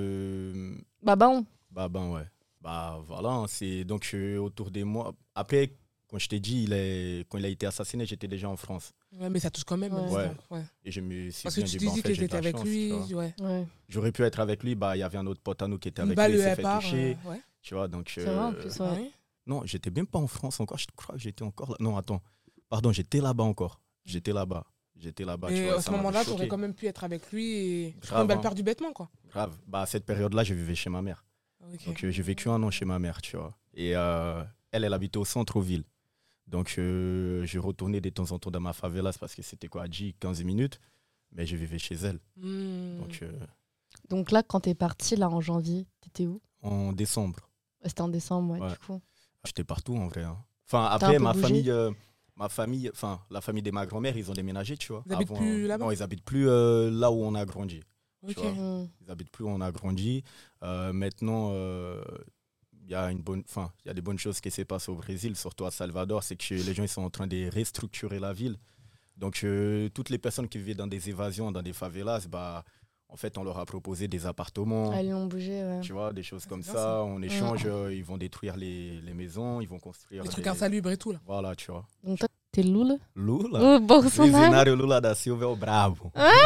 S1: Bah, on.
S2: bah, ben, ouais. Bah, voilà, hein, c'est donc autour des mois. Après, quand je t'ai dit, quand il a été assassiné, j'étais déjà en France.
S3: Ouais, mais ça touche quand même.
S1: Ouais.
S3: même ça. Ouais.
S2: Et je me suis
S3: Parce que
S2: bien
S3: tu
S2: dit,
S3: te
S2: bah, en
S3: dis
S2: fait,
S3: que
S2: j'ai de
S3: j'étais
S2: la
S3: avec
S2: chance,
S3: lui.
S2: tu vois.
S3: Ouais.
S1: Ouais.
S2: J'aurais pu être avec lui, bah, il y avait un autre pote à nous qui était
S3: Une
S2: avec
S3: balle
S2: lui, il s'est
S3: à
S2: fait
S3: part.
S2: toucher.
S3: Ouais.
S2: Tu vois, donc...
S1: C'est vrai, en plus, ouais.
S3: Ouais.
S2: Non, j'étais même pas en France encore. Je crois que j'étais encore là. Non, attends. Pardon, j'étais là-bas encore. J'étais là-bas. Tu
S3: Et
S2: vois,
S3: à
S2: ça
S3: ce
S2: m'avait
S3: moment-là, tu
S2: choqué.
S3: aurais quand même pu être avec lui et tu
S2: Grave,
S3: prends une balle
S2: hein.
S3: perdue bêtement, quoi.
S2: Grave. Bah, à cette période-là, je vivais chez ma mère.
S3: Ok.
S2: Donc, j'ai vécu un an chez ma mère, tu vois. Et elle habitait au centre-ville. Donc, je retournais de temps en temps dans ma favela parce que c'était quoi, 10-15 minutes. Mais je vivais chez elle.
S3: Hmm.
S2: Donc,
S1: Donc là, quand t'es parti, là, en janvier, t'étais où?
S2: en décembre,
S1: C'était en décembre, ouais,
S2: Ouais.
S1: du coup.
S2: j'étais partout en vrai, hein. Enfin,
S1: T'as
S2: après,
S1: un peu
S2: ma
S1: bougé
S2: famille, enfin, la famille de ma grand-mère, ils ont déménagé, tu vois.
S3: Ils habitent plus là-bas
S2: Non, ils habitent plus là où on a grandi.
S3: Ok.
S2: vois.
S1: Mm.
S2: Ils habitent plus où on a grandi. Maintenant, il y a des bonnes choses qui se passent au Brésil, surtout à Salvador, c'est que les gens ils sont en train de restructurer la ville. Donc, toutes les personnes qui vivaient dans des évasions, dans des favelas, bah, en fait, on leur a proposé des appartements.
S1: Elles l'ont bougé, ouais.
S2: Tu vois, des choses comme
S3: bien,
S2: ça.
S3: ça.
S2: En échange, ils vont détruire les maisons, ils vont construire
S3: Les trucs
S2: des...
S3: insalubres et tout, là.
S2: Voilà, tu vois.
S1: Donc toi, t'es Lula?
S2: Lula.
S1: Oh, Bolsonaro?
S2: Visionário Lula da Silva é o bravo.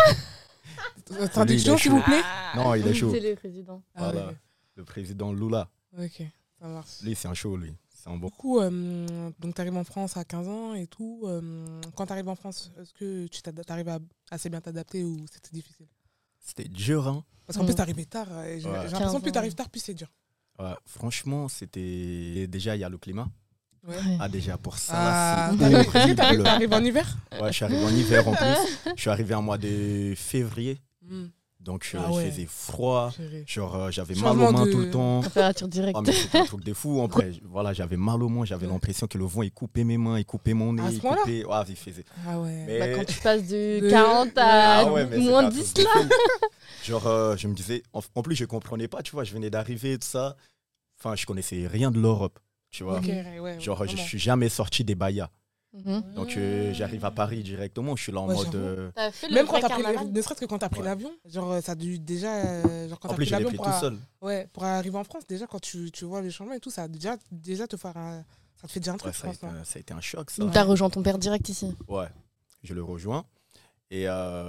S3: Traduction,
S2: il est
S3: s'il vous plaît.
S2: Non, il est chaud.
S1: C'est le président.
S3: Ah,
S2: Voilà.
S3: ouais.
S2: Le président Lula.
S3: Ok, ça marche.
S2: Lui, c'est un chaud, lui. C'est un bon.
S3: Du coup, donc tu arrives en France à 15 ans et tout. Quand tu arrives en France, est-ce que tu arrives à assez bien t'adapter ou c'était difficile?
S2: C'était dur, hein.
S3: Parce qu'en
S1: Mm.
S3: plus, tu arrives tard. Et j'ai
S2: Ouais.
S3: l'impression
S1: 15
S3: que plus tu
S1: ans.
S3: arrives tard, plus c'est dur.
S2: Ouais, franchement, c'était. Déjà, il y a le climat.
S3: Ouais.
S1: Ouais.
S2: Ah, déjà, pour ça,
S3: Ah,
S2: là,
S3: t'arrives
S2: c'est horrible.
S3: t'arrives en hiver?
S2: Ouais, je suis arrivé en hiver en plus. Je suis arrivé en mois de février.
S3: Mm.
S2: Donc,
S3: Ah ouais.
S2: il faisait froid.
S3: Purée.
S2: Genre, j'avais mal
S3: Changement
S2: aux mains
S3: de-
S2: tout le temps.
S1: Température directe.
S2: Oh, mais c'était un truc de fou. Après, voilà, j'avais mal aux mains. J'avais
S3: Ouais.
S2: l'impression que le vent, il coupait mes mains, il coupait mon nez.
S3: À ce
S2: il
S3: point-là
S2: coupait... Ouais, il faisait.
S3: Ah ouais.
S2: Mais-
S1: Bah, quand tu passes de
S3: De-
S1: 40 à
S2: Ah ouais, mais c'était
S1: moins
S2: un
S1: 10
S2: truc de
S1: là.
S2: fou. Genre, je me disais, en plus, je comprenais pas, tu vois, je venais d'arriver et tout ça. Enfin, je connaissais rien de l'Europe, tu vois.
S3: Ok, ouais,
S2: Genre, je
S3: vraiment.
S2: suis jamais sorti des Bayas.
S1: Mhm.
S2: Donc, j'arrive à Paris directement. Je suis là en
S3: Ouais,
S2: mode.
S3: j'avoue.
S1: T'as fait le
S3: Même quand
S1: vrai
S3: t'as pris,
S1: carnaval?
S3: ne serait-ce que quand t'as pris
S2: Ouais.
S3: l'avion, genre ça a dû déjà, genre quand
S2: En
S3: t'as
S2: plus,
S3: pris
S2: je l'ai
S3: l'avion
S2: pris
S3: pour,
S2: tout seul.
S3: ouais, pour arriver en France, déjà quand tu vois les changements et tout, ça a déjà te faire ça te fait déjà un truc,
S2: Ouais,
S3: je
S2: ça, a
S3: pense,
S2: été,
S3: non?
S2: ça a été un choc, ça.
S1: Donc t'as rejoint ton père direct ici.
S2: Ouais, je le rejoins. Et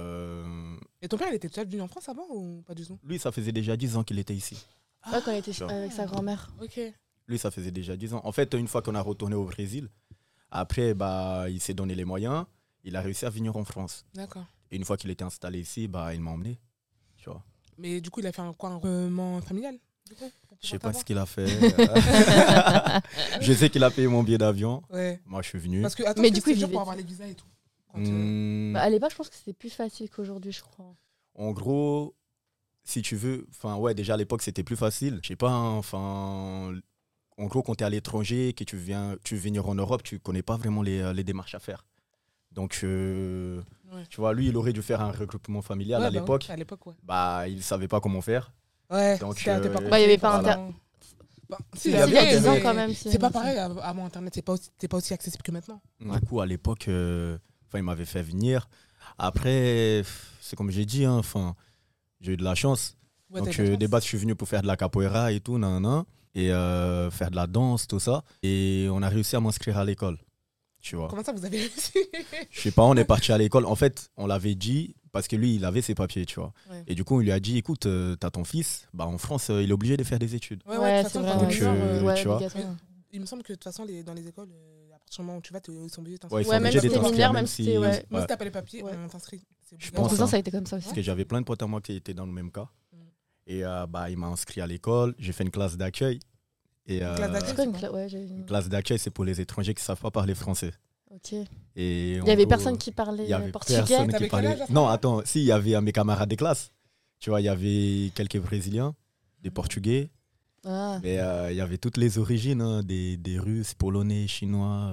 S3: Et ton père, il était déjà venu en France avant ou pas du tout?
S2: lui, ça faisait déjà 10 ans qu'il était ici.
S1: Ouais, quand il était
S2: Genre.
S1: avec sa grand-mère.
S3: Ok.
S2: Lui, ça faisait déjà 10 ans. En fait, une fois qu'on a retourné au Brésil, après, bah, il s'est donné les moyens. Il a réussi à venir en France.
S3: D'accord.
S2: Et une fois qu'il était installé ici, bah, il m'a emmené. Tu vois.
S3: Mais du coup, il a fait un regroupement familial du coup, pour
S2: Je sais
S3: pouvoir
S2: pas ce
S3: t'avoir
S2: qu'il a fait. Je sais qu'il a payé mon billet d'avion.
S3: Ouais.
S2: Moi, je suis venu.
S3: Parce que attends,
S1: Mais
S3: est-ce
S1: du
S3: que
S1: coup,
S3: c'est
S1: il
S3: dur
S1: vivait-
S3: pour avoir les visas et tout. Quand,
S2: Hmm,
S1: À l'époque, je pense que c'était plus facile qu'aujourd'hui, je crois.
S2: En gros, si tu veux, enfin ouais, déjà à l'époque c'était plus facile. Je sais pas, hein, enfin, en gros quand tu es à l'étranger, que tu veux venir en Europe, tu connais pas vraiment les démarches à faire. Donc,
S3: Ouais.
S2: tu vois, lui, il aurait dû faire un regroupement familial à l'époque.
S3: À l'époque, ouais.
S2: Bah, il savait pas comment faire.
S3: Ouais,
S2: Donc,
S3: c'était à tes
S1: Bah, il y avait pas
S2: voilà.
S3: Bah,
S1: Si,
S3: il
S1: il y
S3: y
S1: a
S3: avait,
S1: 10 ans
S3: mais
S1: quand même.
S3: C'est pas pareil avant Internet, c'est pas aussi accessible que maintenant.
S2: Du coup, à l'époque, il m'avait fait venir. Après, c'est comme j'ai dit, hein, j'ai eu de la chance.
S3: Ouais,
S2: Donc,
S3: t'as eu de la
S2: des
S3: chance.
S2: bases, je suis venu pour faire de la capoeira et tout, nan, et faire de la danse, tout ça. Et on a réussi à m'inscrire à l'école, tu vois.
S3: Comment ça, vous avez réussi?
S2: Je sais pas, on est parti à l'école. En fait, on l'avait dit parce que lui, il avait ses papiers, tu vois.
S3: Ouais.
S2: Et du coup, on lui a dit, écoute, t'as ton fils, bah, en France, il est obligé de faire des études.
S1: Ouais,
S3: de toute
S1: c'est
S3: façon,
S1: vrai.
S3: quand
S2: Donc,
S3: t'es mineur,
S1: Ouais,
S2: tu vois.
S1: obligatoire.
S3: il me semble que de toute façon, dans les écoles, à partir du moment où tu vas, ils sont obligés de
S2: Ouais,
S3: t'inscrire.
S2: ils sont
S1: Ouais, même
S2: obligés
S1: si
S2: de
S1: t'es
S2: t'inscrire,
S1: mineur,
S2: même
S1: même
S2: si...
S1: si t'es- ouais.
S3: Même
S2: ouais.
S3: si t'as pas les papiers,
S1: Ouais.
S3: on t'inscrit. C'est
S2: Je
S3: obligatoire.
S2: pense,
S1: Mon cousin,
S2: hein.
S1: ça a été comme ça aussi.
S2: Parce que j'avais plein de potes à moi qui étaient dans le même cas.
S3: Mm.
S2: Et bah, il m'a inscrit à l'école. J'ai fait une classe d'accueil. Et,
S3: Une classe d'accueil,
S1: C'est quoi une
S3: c'est
S1: cla- Ouais, j'ai
S2: une classe d'accueil, c'est pour les étrangers qui ne savent pas parler français.
S1: Ok.
S2: Et
S1: Il
S2: en
S1: y avait
S2: gros,
S1: personne qui parlait
S2: il y avait
S1: portugais.
S2: personne
S3: T'avais
S2: qui
S3: quel âge,
S2: parlait.
S3: à ce
S2: Non,
S3: moment-là
S2: attends, si, il y avait mes camarades de classe. Tu vois, il y avait quelques Brésiliens, des Portugais,
S1: Ah.
S2: mais il y avait toutes les origines, hein, des Russes, Polonais, Chinois,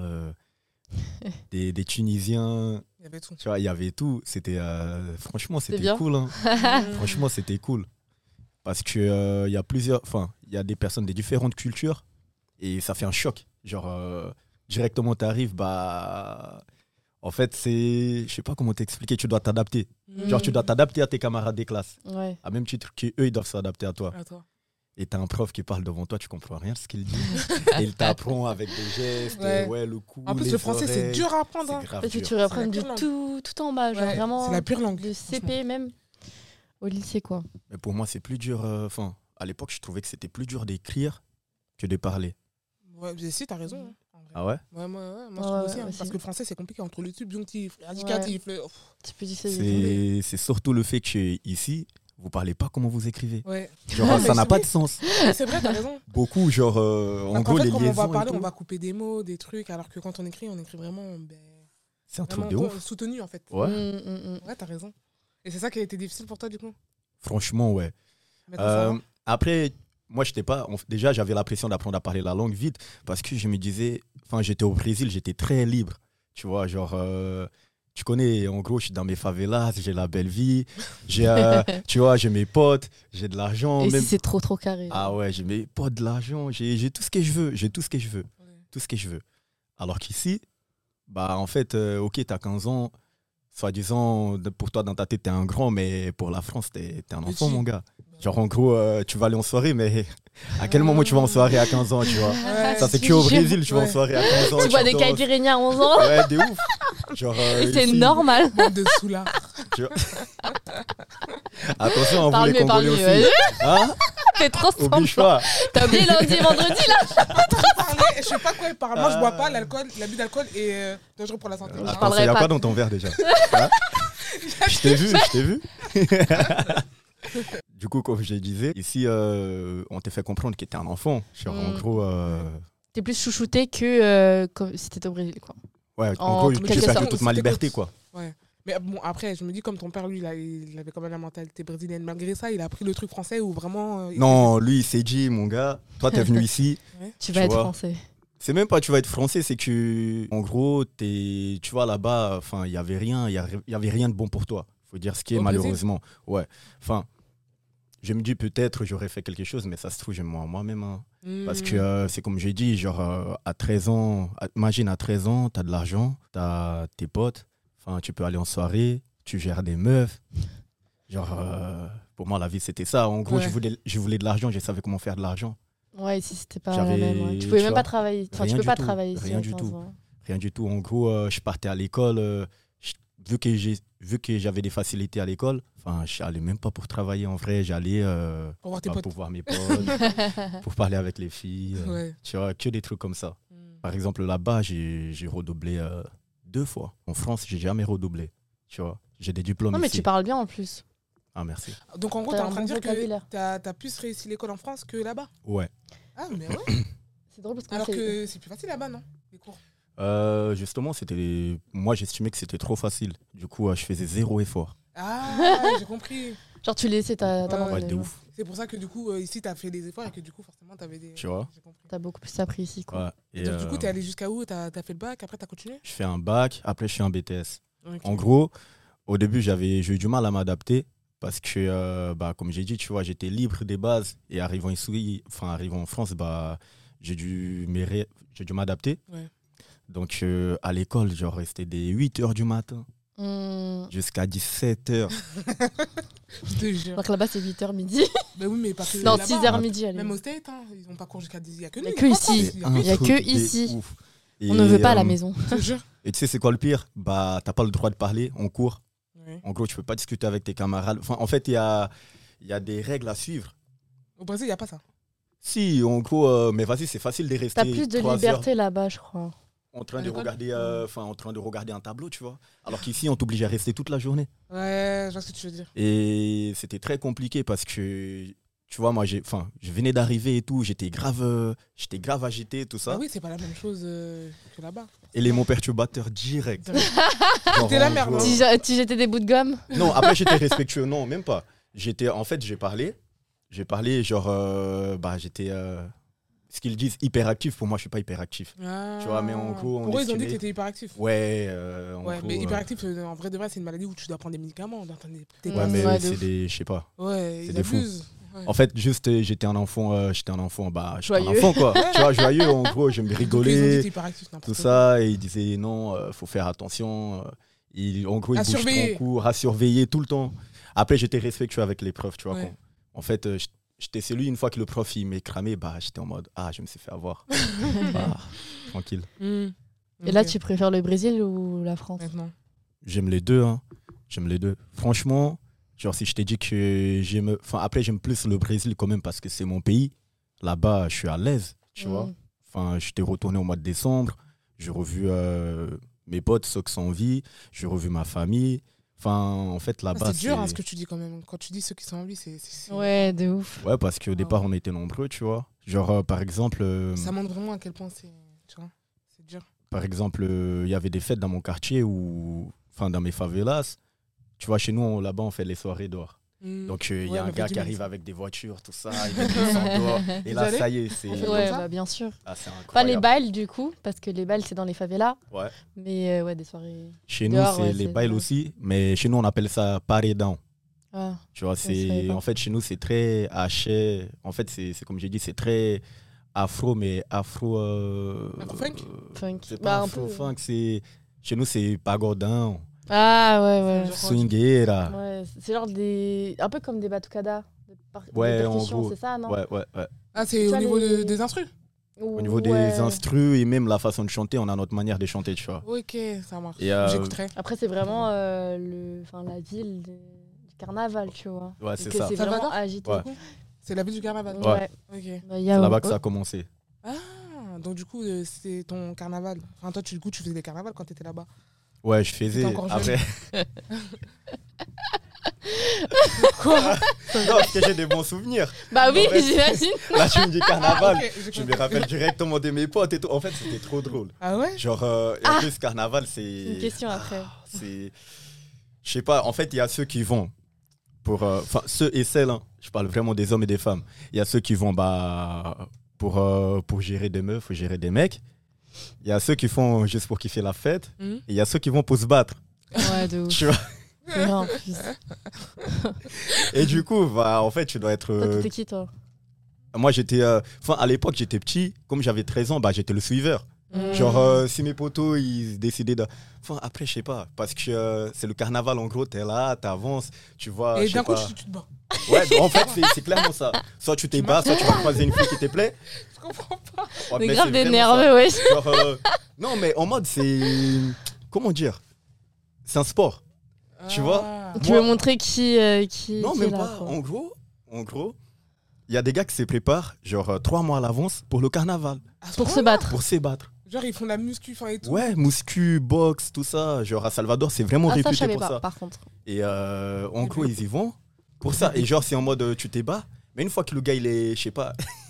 S2: des Tunisiens.
S3: Il y avait tout.
S2: Tu vois, il y avait tout. C'était, franchement,
S1: C'était
S2: c'était
S1: bien.
S2: cool. Hein. Franchement, c'était cool. Parce que il y a il y a des personnes de différentes cultures et ça fait un choc. Genre, directement, tu arrives, bah. En fait, je sais pas comment t'expliquer, tu dois t'adapter. Genre, tu dois t'adapter à tes camarades des classes.
S1: Ouais.
S2: À même titre qu'eux, ils doivent s'adapter à toi.
S3: Attends.
S2: Et t'as un prof qui parle devant toi, tu comprends rien de ce qu'il dit. Et il t'apprend avec des gestes,
S3: Ouais.
S2: le cou,
S3: En plus,
S2: les
S3: le français, c'est
S2: oreilles.
S3: dur à apprendre.
S2: C'est
S3: hein.
S2: grave
S1: Parce que
S2: dur.
S1: tu réapprends
S3: C'est la
S1: du
S3: pire langue.
S1: tout en bas, genre
S3: Ouais,
S1: vraiment
S3: c'est la pure langue.
S1: de CP même au lycée quoi.
S2: Mais pour moi, c'est plus dur. À l'époque, je trouvais que c'était plus dur d'écrire que de parler.
S3: Ouais, mais si, t'as raison. hein, en vrai.
S2: Ah ouais?
S3: Ouais, moi je
S1: Ouais,
S3: trouve aussi.
S1: ouais,
S3: hein,
S1: aussi.
S3: parce que le français, c'est compliqué entre le subjonctif, l'indicatif.
S1: C'est plus difficile.
S2: C'est surtout le fait que ici, vous parlez pas comment vous écrivez.
S3: Ouais.
S2: Genre,
S3: Non, mais
S2: ça n'a
S3: c'est
S2: pas
S3: vrai.
S2: de sens.
S3: Mais c'est vrai, t'as raison.
S2: Beaucoup, genre, en
S3: Donc,
S2: gros,
S3: en fait,
S2: les
S3: comme on va
S2: liaisons. et
S3: parler,
S2: tout,
S3: on va couper des mots, des trucs, alors que quand on écrit vraiment,
S2: c'est un truc
S3: vraiment
S2: de ouf.
S3: soutenu en fait.
S2: Ouais.
S3: Ouais, t'as raison. Et c'est ça qui a été difficile pour toi du coup.
S2: Franchement, ouais.
S3: Maintenant, ça va.
S2: Après, moi, déjà, j'avais la pression d'apprendre à parler la langue vite parce que je me disais, j'étais au Brésil, j'étais très libre. Tu vois, genre, tu connais, en gros, je suis dans mes favelas, j'ai la belle vie, tu vois, j'ai mes potes, j'ai de l'argent.
S1: Et
S2: même...
S1: si c'est trop carré.
S2: Ah ouais, j'ai mes potes, de l'argent, j'ai tout ce que je veux,
S3: Ouais.
S2: tout ce que je veux. Alors qu'ici, bah, en fait, ok, t'as 15 ans, soi-disant, pour toi, dans ta tête, t'es un grand, mais pour la France, t'es un enfant,
S3: Petit.
S2: mon gars. Genre, en gros, tu vas aller en soirée, mais à quel moment tu vas en soirée à 15 ans, tu vois?
S3: Ouais.
S2: Ça, c'est
S1: je
S2: que au
S1: te jure.
S2: Brésil, tu vas en
S3: Ouais.
S2: soirée à 15 ans.
S1: Tu bois des
S2: danses.
S1: caipirinhas à 11 ans.
S2: Ouais, de ouf. Genre,
S1: C'est
S2: ici,
S1: normal.
S3: Bande de soula.
S2: Attention, on vous
S1: Parle
S2: les
S1: mieux, parle
S2: Congolais
S1: mieux.
S2: aussi.
S1: Ouais.
S2: Hein?
S1: T'es trop sympa.
S2: Oublie pas.
S1: T'as oublié lundi et vendredi là.
S3: Je sais pas quoi il parle. Moi, je bois pas. L'abus d'alcool est dangereux pour la santé.
S1: Je
S2: Attends,
S1: parlerai
S2: il y a
S1: pas.
S2: quoi dans ton verre déjà? Hein? Je t'ai vu. Du coup, comme je disais, ici, on t'a fait comprendre que t'es un enfant. Genre, en gros,
S1: T'es plus chouchouté que si t'étais au Brésil quoi.
S2: ouais,
S1: En
S2: en gros,
S1: quelque
S2: j'ai perdu
S1: sorte,
S2: toute ma
S3: c'était
S2: liberté,
S3: cool.
S2: quoi.
S3: Mais bon, après, je me dis, comme ton père, lui, il avait quand même la mentalité brésilienne. Malgré ça, il a pris le truc français où vraiment.
S2: Non, lui, il s'est dit, mon gars, toi, t'es venu ici.
S1: Tu vas
S2: Tu
S1: être
S2: vois.
S1: français.
S2: C'est même pas tu vas être français, c'est que, en gros, tu vois, là-bas, il y avait rien de bon pour toi. Faut dire ce qui est,
S3: Au Brésil.
S2: malheureusement. Ouais. Je me dis peut-être j'aurais fait quelque chose, mais ça se trouve, j'aime moi-même. Hein. Parce que c'est comme j'ai dit, genre, à 13 ans, imagine à 13 ans, t'as de l'argent, t'as tes potes, tu peux aller en soirée, tu gères des meufs. Genre, pour moi, la vie, c'était ça. En gros,
S3: Ouais.
S2: je voulais de l'argent, je savais comment faire de l'argent.
S1: Ouais, ici c'était pas la
S2: J'avais-
S1: même. Ouais. Tu
S2: tu
S1: pouvais même
S2: vois,
S1: pas travailler. Enfin, tu
S2: rien
S1: peux
S2: du
S1: pas
S2: tout,
S1: travailler ici.
S2: rien
S1: à
S2: du
S1: 15
S2: tout.
S1: ans.
S2: Rien du tout. En gros, je partais à l'école. Vu que j'avais des facilités à l'école, je n'allais même pas pour travailler en vrai. J'allais
S3: Pour voir tes potes.
S2: pour voir mes potes, pour parler avec les filles.
S3: Ouais.
S2: Tu vois, que des trucs comme ça. Par exemple, là-bas, j'ai redoublé 2 fois. En France, j'ai jamais redoublé. Tu vois, j'ai des diplômes
S1: Non mais
S2: ici.
S1: tu parles bien en plus.
S2: Ah, merci.
S3: Donc, en gros,
S1: T'as
S3: t'es en
S1: un
S3: train de
S1: bon
S3: dire que
S1: vocabulaire.
S3: t'as plus réussi l'école en France que là-bas.
S2: Ouais.
S3: Ah, mais ouais.
S1: C'est drôle parce que
S3: Alors que c'est plus facile là-bas, non? Les cours.
S2: Justement, moi, j'estimais que c'était trop facile. Du coup, je faisais 0 effort.
S3: Ah, j'ai compris.
S1: genre tu laissais ta
S3: Ouais,
S1: maman.
S2: Ouais,
S1: les
S2: de
S1: gens.
S2: ouf.
S3: C'est pour ça que du coup, ici, tu as fait des efforts et que du coup, forcément, tu avais des.
S2: Tu vois.
S3: J'ai compris.
S1: T'as beaucoup plus appris ici, quoi.
S2: Ouais. Et,
S3: Donc, du coup, tu es allé jusqu'à où? Tu as fait le bac, après, tu as continué?
S2: je fais un bac, après je fais un BTS.
S3: Ok.
S2: En gros, au début, j'ai eu du mal à m'adapter parce que, comme j'ai dit, tu vois, j'étais libre des bases et arrivant ici, arrivant en France, j'ai dû m'adapter.
S3: Ouais.
S2: Donc, à l'école, genre, c'était des 8h du matin jusqu'à 17h.
S3: Je te jure.
S1: Donc là-bas, c'est 8h midi.
S3: Ben oui, mais pas que
S1: Non,
S3: là-bas.
S1: 6h midi. Allez.
S3: Même au State, ils n'ont pas cours jusqu'à 10. Il n'y a que nous.
S1: Il y a que ici.
S3: Il y
S1: Il y a
S2: truc
S1: que
S2: de
S1: ici.
S2: ouf.
S1: On ne veut pas à la
S2: euh,
S1: maison.
S3: Je te jure.
S2: Et tu sais, c'est quoi le pire? T'as pas le droit de parler en cours.
S3: Ouais.
S2: En gros, tu peux pas discuter avec tes camarades. Enfin, en fait, il y a des règles à suivre.
S3: Au Brésil, il n'y a pas ça.
S2: Si, en gros, mais vas-y, c'est facile de rester
S1: T'as plus de
S2: 3 heures
S1: liberté là-bas, je crois.
S2: en train
S3: À
S2: de
S3: l'école
S2: regarder, un tableau, tu vois. Alors qu'ici, on t'oblige à rester toute la journée.
S3: Ouais, je vois ce que tu veux dire.
S2: Et c'était très compliqué parce que, tu vois, moi, je venais d'arriver et tout, j'étais grave agité, tout ça.
S3: Ah oui, c'est pas la même chose que là-bas.
S2: Élément perturbateur direct. Genre,
S3: C'était la
S2: en
S3: merde,
S2: gros-
S3: hein.
S1: Tu jetais des bouts de gomme?
S2: Non, après, j'étais respectueux. Non, même pas. En fait, j'ai parlé, genre, j'étais, ce qu'ils disent, hyperactif. Pour moi, je suis pas hyperactif.
S3: Ah.
S2: Tu vois, mais en gros, on
S3: Pour eux, ils ont dit
S2: estimait-
S3: que tu étais hyperactif.
S2: Ouais,
S3: Ouais, mais hyperactif, en vrai de vrai, c'est une maladie où tu dois prendre des médicaments. T'es
S2: Ouais,
S3: pas-
S2: mais
S1: Ouais, de
S2: c'est
S1: ouf.
S2: des, je sais pas.
S3: Ouais,
S2: c'est
S3: ils
S2: des fous.
S3: abusent. Ouais.
S2: En fait, juste, j'étais un enfant,
S1: Joyeux.
S2: quoi. Tu vois, joyeux, en gros, j'aime
S3: Donc, ils ont dit que
S2: rigoler,
S3: t'es hyperactif, n'importe
S2: tout
S3: quoi.
S2: ça, et ils disaient non, faut faire attention. En gros, ils
S3: À
S2: bougent trop
S3: surveiller.
S2: en cours, à surveiller tout le temps. Après, j'étais respectueux avec les profs, tu vois.
S3: Ouais.
S2: En fait, j'étais celui, une fois que le prof il m'est cramé, j'étais en mode, je me suis fait avoir. Tranquille.
S3: Hmm.
S1: Et là,
S3: Ok.
S1: tu préfères le Brésil ou la France?
S3: Maintenant.
S2: J'aime les deux, hein. J'aime les deux. Franchement, genre, si je t'ai dit que après, j'aime plus le Brésil quand même parce que c'est mon pays. Là-bas, je suis à l'aise, tu vois. Enfin, j'étais retourné au mois de décembre. J'ai revu mes potes, ceux qui sont en vie. J'ai revu ma famille. Enfin, en fait, là-bas,
S3: C'est dur, hein, ce que tu dis quand même. Quand tu dis ceux qui sont en vie, c'est.
S1: Ouais, de ouf.
S2: Ouais, parce qu'au départ, on était nombreux, tu vois. Genre, par exemple,
S3: Ça montre vraiment à quel point c'est. Tu vois, c'est dur.
S2: il y avait des fêtes dans mon quartier dans mes favelas. Tu vois, chez nous, là-bas, on fait les soirées dehors.
S3: Hmm.
S2: Donc, il y
S3: Ouais,
S2: a un
S3: mais
S2: gars
S3: faut
S2: qui
S3: du
S2: arrive
S3: mal,
S2: avec des voitures, tout ça, il met des sang dehors. Et
S3: Vous
S2: là,
S3: allez
S2: ça y est, c'est
S3: On fait
S1: Ouais,
S3: comme ça
S1: bien sûr.
S2: c'est incroyable.
S1: Pas les bals, du coup, parce que les bals, c'est dans les favelas.
S2: Ouais.
S1: Mais ouais, des soirées.
S2: Chez nous,
S1: Dehors,
S2: c'est
S1: ouais,
S2: les
S1: c'est
S2: bails
S1: vrai.
S2: aussi, mais chez nous, on appelle ça paredão.
S1: Ah,
S2: Tu vois,
S1: je savais pas.
S2: en fait, chez nous, c'est très haché. En fait, c'est comme j'ai dit, c'est très afro, mais afro.
S3: Afro-funk
S1: funk.
S2: C'est pas
S1: Un peu.
S2: afro-funk, chez nous, c'est pagodão,
S1: Ah, ouais,
S3: Genre,
S2: swingueira.
S1: ouais. C'est genre des. Un peu comme des batucadas.
S2: Ouais,
S1: des
S2: en
S1: percussions,
S2: gros.
S1: c'est ça, non?
S2: Ouais.
S3: Ah, c'est
S1: Tu
S3: au
S1: vois,
S3: niveau
S1: les-
S3: des instrus.
S2: Au niveau des instrus et même la façon de chanter, on a notre manière de chanter, tu vois.
S3: Ok, ça marche.
S2: Et,
S3: J'écouterai.
S1: Après, c'est vraiment la ville du carnaval, tu vois.
S2: Ouais,
S1: Et
S2: c'est
S1: que
S2: ça.
S1: C'est
S3: Ça va
S1: vraiment
S3: pas
S1: agité.
S2: Ouais.
S3: C'est la ville du carnaval.
S2: Ouais.
S3: Ok.
S1: Bah, y a-
S2: C'est là-bas que ça a commencé.
S3: Ah, donc du coup, c'est ton carnaval. Enfin, toi, tu faisais des carnavals quand t'étais là-bas.
S2: Ouais, je faisais.
S3: T'étais encore jeune.
S2: Après.
S3: Quoi
S2: Non, parce que j'ai des bons souvenirs.
S1: Bah oui,
S2: En fait,
S1: j'imagine.
S2: Là, tu me dis carnaval.
S3: Ah, ok, j'ai
S2: Je me
S3: compris.
S2: rappelle directement de mes potes et tout. En fait, c'était trop drôle.
S3: Ah ouais
S2: Genre, et en plus, carnaval, c'est.
S1: Une question après.
S2: C'est. Je sais pas, en fait, il y a ceux qui vont pour. Enfin, ceux et celles, hein, je parle vraiment des hommes et des femmes. Il y a ceux qui vont pour gérer des meufs ou gérer des mecs. Il y a ceux qui font juste pour kiffer la fête.
S3: Mhm.
S2: Et il y a ceux qui vont pour se battre.
S1: Ouais, de ouf.
S2: Tu vois.
S1: C'est vrai, en plus.
S2: Et du coup, en fait, tu dois être.
S1: Toi, t'étais qui, toi?
S2: Moi, j'étais. Enfin, à l'époque, j'étais petit. Comme j'avais 13 ans, j'étais le suiveur.
S1: Mm.
S2: Genre, si mes potos, ils décidaient de. Enfin, après, je sais pas. Parce que c'est le carnaval, en gros, t'es là, t'avances, tu vois.
S3: Et
S2: je sais
S3: d'un coup,
S2: pas.
S3: tu te bats.
S2: Ouais, en fait, c'est clairement ça. Soit tu t'es bas, soit tu vas croiser une fille qui te plaît.
S3: Je comprends pas.
S2: Ouais,
S1: C'est
S2: mais
S1: grave
S2: vraiment ça.
S1: d'énerveux, ouais.
S2: Genre, non, mais en mode, c'est. Comment dire? C'est un sport. Tu vois
S1: Tu
S2: Moi-
S1: veux montrer qui
S2: Non,
S1: qui
S2: même
S1: est là,
S2: pas.
S1: quoi.
S2: En gros, il y a des gars qui se préparent, genre 3 mois à l'avance, pour le carnaval,
S3: À ce
S1: Pour se
S3: point-là
S1: battre.
S2: pour se battre.
S3: Genre, ils font de la muscu enfin, et tout.
S2: Ouais, muscu, boxe, tout ça. Genre, à Salvador, c'est vraiment
S1: Ah, ça, je
S2: réputé
S1: savais
S2: pour
S1: pas,
S2: ça.
S1: par contre.
S2: Et en gros, ils y vont pour ça. Et genre, c'est en mode, tu t'es bas. Mais une fois que le gars, il est, je sais pas,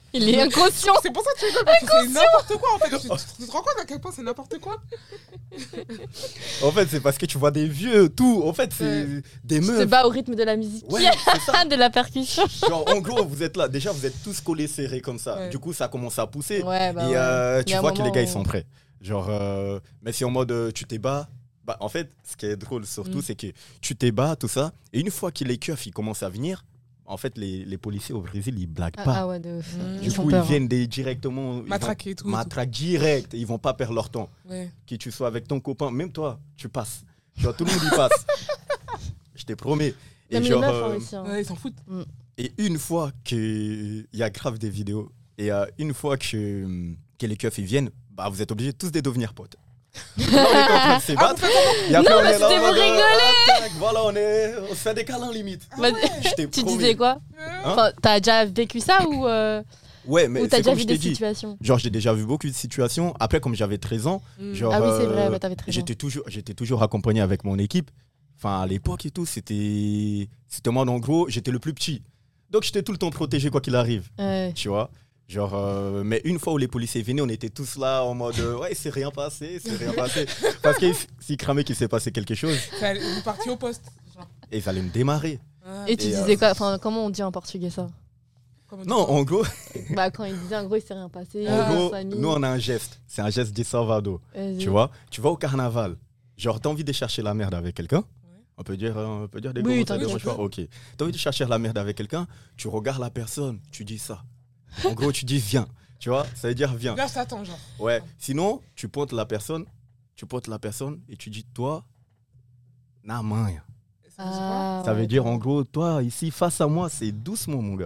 S1: Il est inconscient.
S3: C'est pour ça que tu rigoles, parce que c'est n'importe quoi en fait. Tu te rends compte à quel point c'est n'importe quoi?
S2: En fait, c'est parce que tu vois des vieux, tout. En fait, c'est des
S1: Tu te
S2: meufs.
S1: bats au rythme de la musique.
S2: Ouais, c'est ça.
S1: De la percussion.
S2: Genre, en gros, vous êtes là. Déjà, vous êtes tous collés serrés comme ça.
S3: Ouais.
S2: Du coup, ça commence à pousser.
S1: Ouais, bah
S2: Et
S1: ouais. Il
S2: tu
S1: y a un
S2: vois que les
S1: moment
S2: gars, ils
S1: où-
S2: sont prêts. Genre, mais c'est en mode tu t'es bas. Bah, en fait, ce qui est drôle surtout, c'est que tu t'es bas, tout ça. Et une fois que les keufs ils commencent à venir, en fait, les policiers au Brésil, ils blaguent pas.
S1: Ah ouais, de ouf.
S3: Du
S2: Du
S1: Ils font
S2: coup,
S1: peur.
S2: ils viennent directement. ils vont
S3: Matraquer et tout.
S2: matraquent direct. Ils vont pas perdre leur temps.
S3: Ouais.
S2: Que tu sois avec ton copain, même toi, tu passes. Genre, tout le monde y passe. Je te promets. Et
S1: Même les
S2: genre,
S1: meufs hein, aussi. hein.
S3: Ouais, ils s'en foutent.
S2: et une fois qu'il y a grave des vidéos, et une fois que les keufs ils viennent, bah, vous êtes obligés tous de devenir potes. Là, on est en train de se battre. Et après,
S1: Non,
S2: on
S1: mais
S2: est là,
S1: c'était
S2: en
S1: pour
S2: mode,
S1: rigoler.
S2: tac, voilà, on se fait des câlins limite.
S1: Bah,
S2: Je t'ai
S1: tu
S2: promis.
S1: disais quoi?
S2: Hein
S1: Enfin, t'as déjà vécu ça ou
S2: Ouais, mais
S1: t'as
S2: c'est
S1: déjà
S2: comme
S1: vu
S2: je
S1: des
S2: t'ai dit.
S1: situations?
S2: Genre, j'ai déjà vu beaucoup de situations. Après, comme j'avais 13 ans, genre,
S1: Ah oui, c'est vrai, bah, t'avais 13 ans.
S2: j'étais toujours accompagné avec mon équipe. Enfin, à l'époque et tout, c'était moi, en gros, j'étais le plus petit. Donc, j'étais tout le temps protégé quoi qu'il arrive.
S1: Ouais.
S2: Tu vois, genre, mais une fois où les policiers venaient, on était tous là en mode ouais, c'est rien passé. Parce que s'il cramait qu'il s'est passé quelque chose,
S3: Vous partiez au poste. Genre.
S2: et il fallait me démarrer.
S3: Ah,
S1: Et tu
S2: Et,
S1: disais quoi? Enfin, comment on dit en portugais ça?
S3: comment
S2: Non,
S3: tu-
S2: en gros,
S1: Bah, quand il disait en gros, il s'est rien passé.
S2: en gros,
S1: famille.
S2: nous on a un geste. C'est un geste de Salvador.
S1: Vas-y.
S2: Tu vois, tu vas au carnaval. Genre, t'as envie de chercher la merde avec quelqu'un. On peut dire des
S1: Oui,
S2: gros, ça
S1: t'inquiète.
S2: dérange pas. Ok. T'as envie de chercher la merde avec quelqu'un, tu regardes la personne, tu dis ça. En gros, tu dis viens. Tu vois, ça veut dire viens.
S3: Là, je t'attends, genre.
S2: Ouais. Sinon, tu pointes la personne et tu dis toi, na main.
S3: Ça veut dire quoi?
S1: Ah,
S2: Ça veut
S1: ouais,
S2: dire
S1: d'accord.
S2: en gros, toi ici face à moi, c'est doucement mon gars.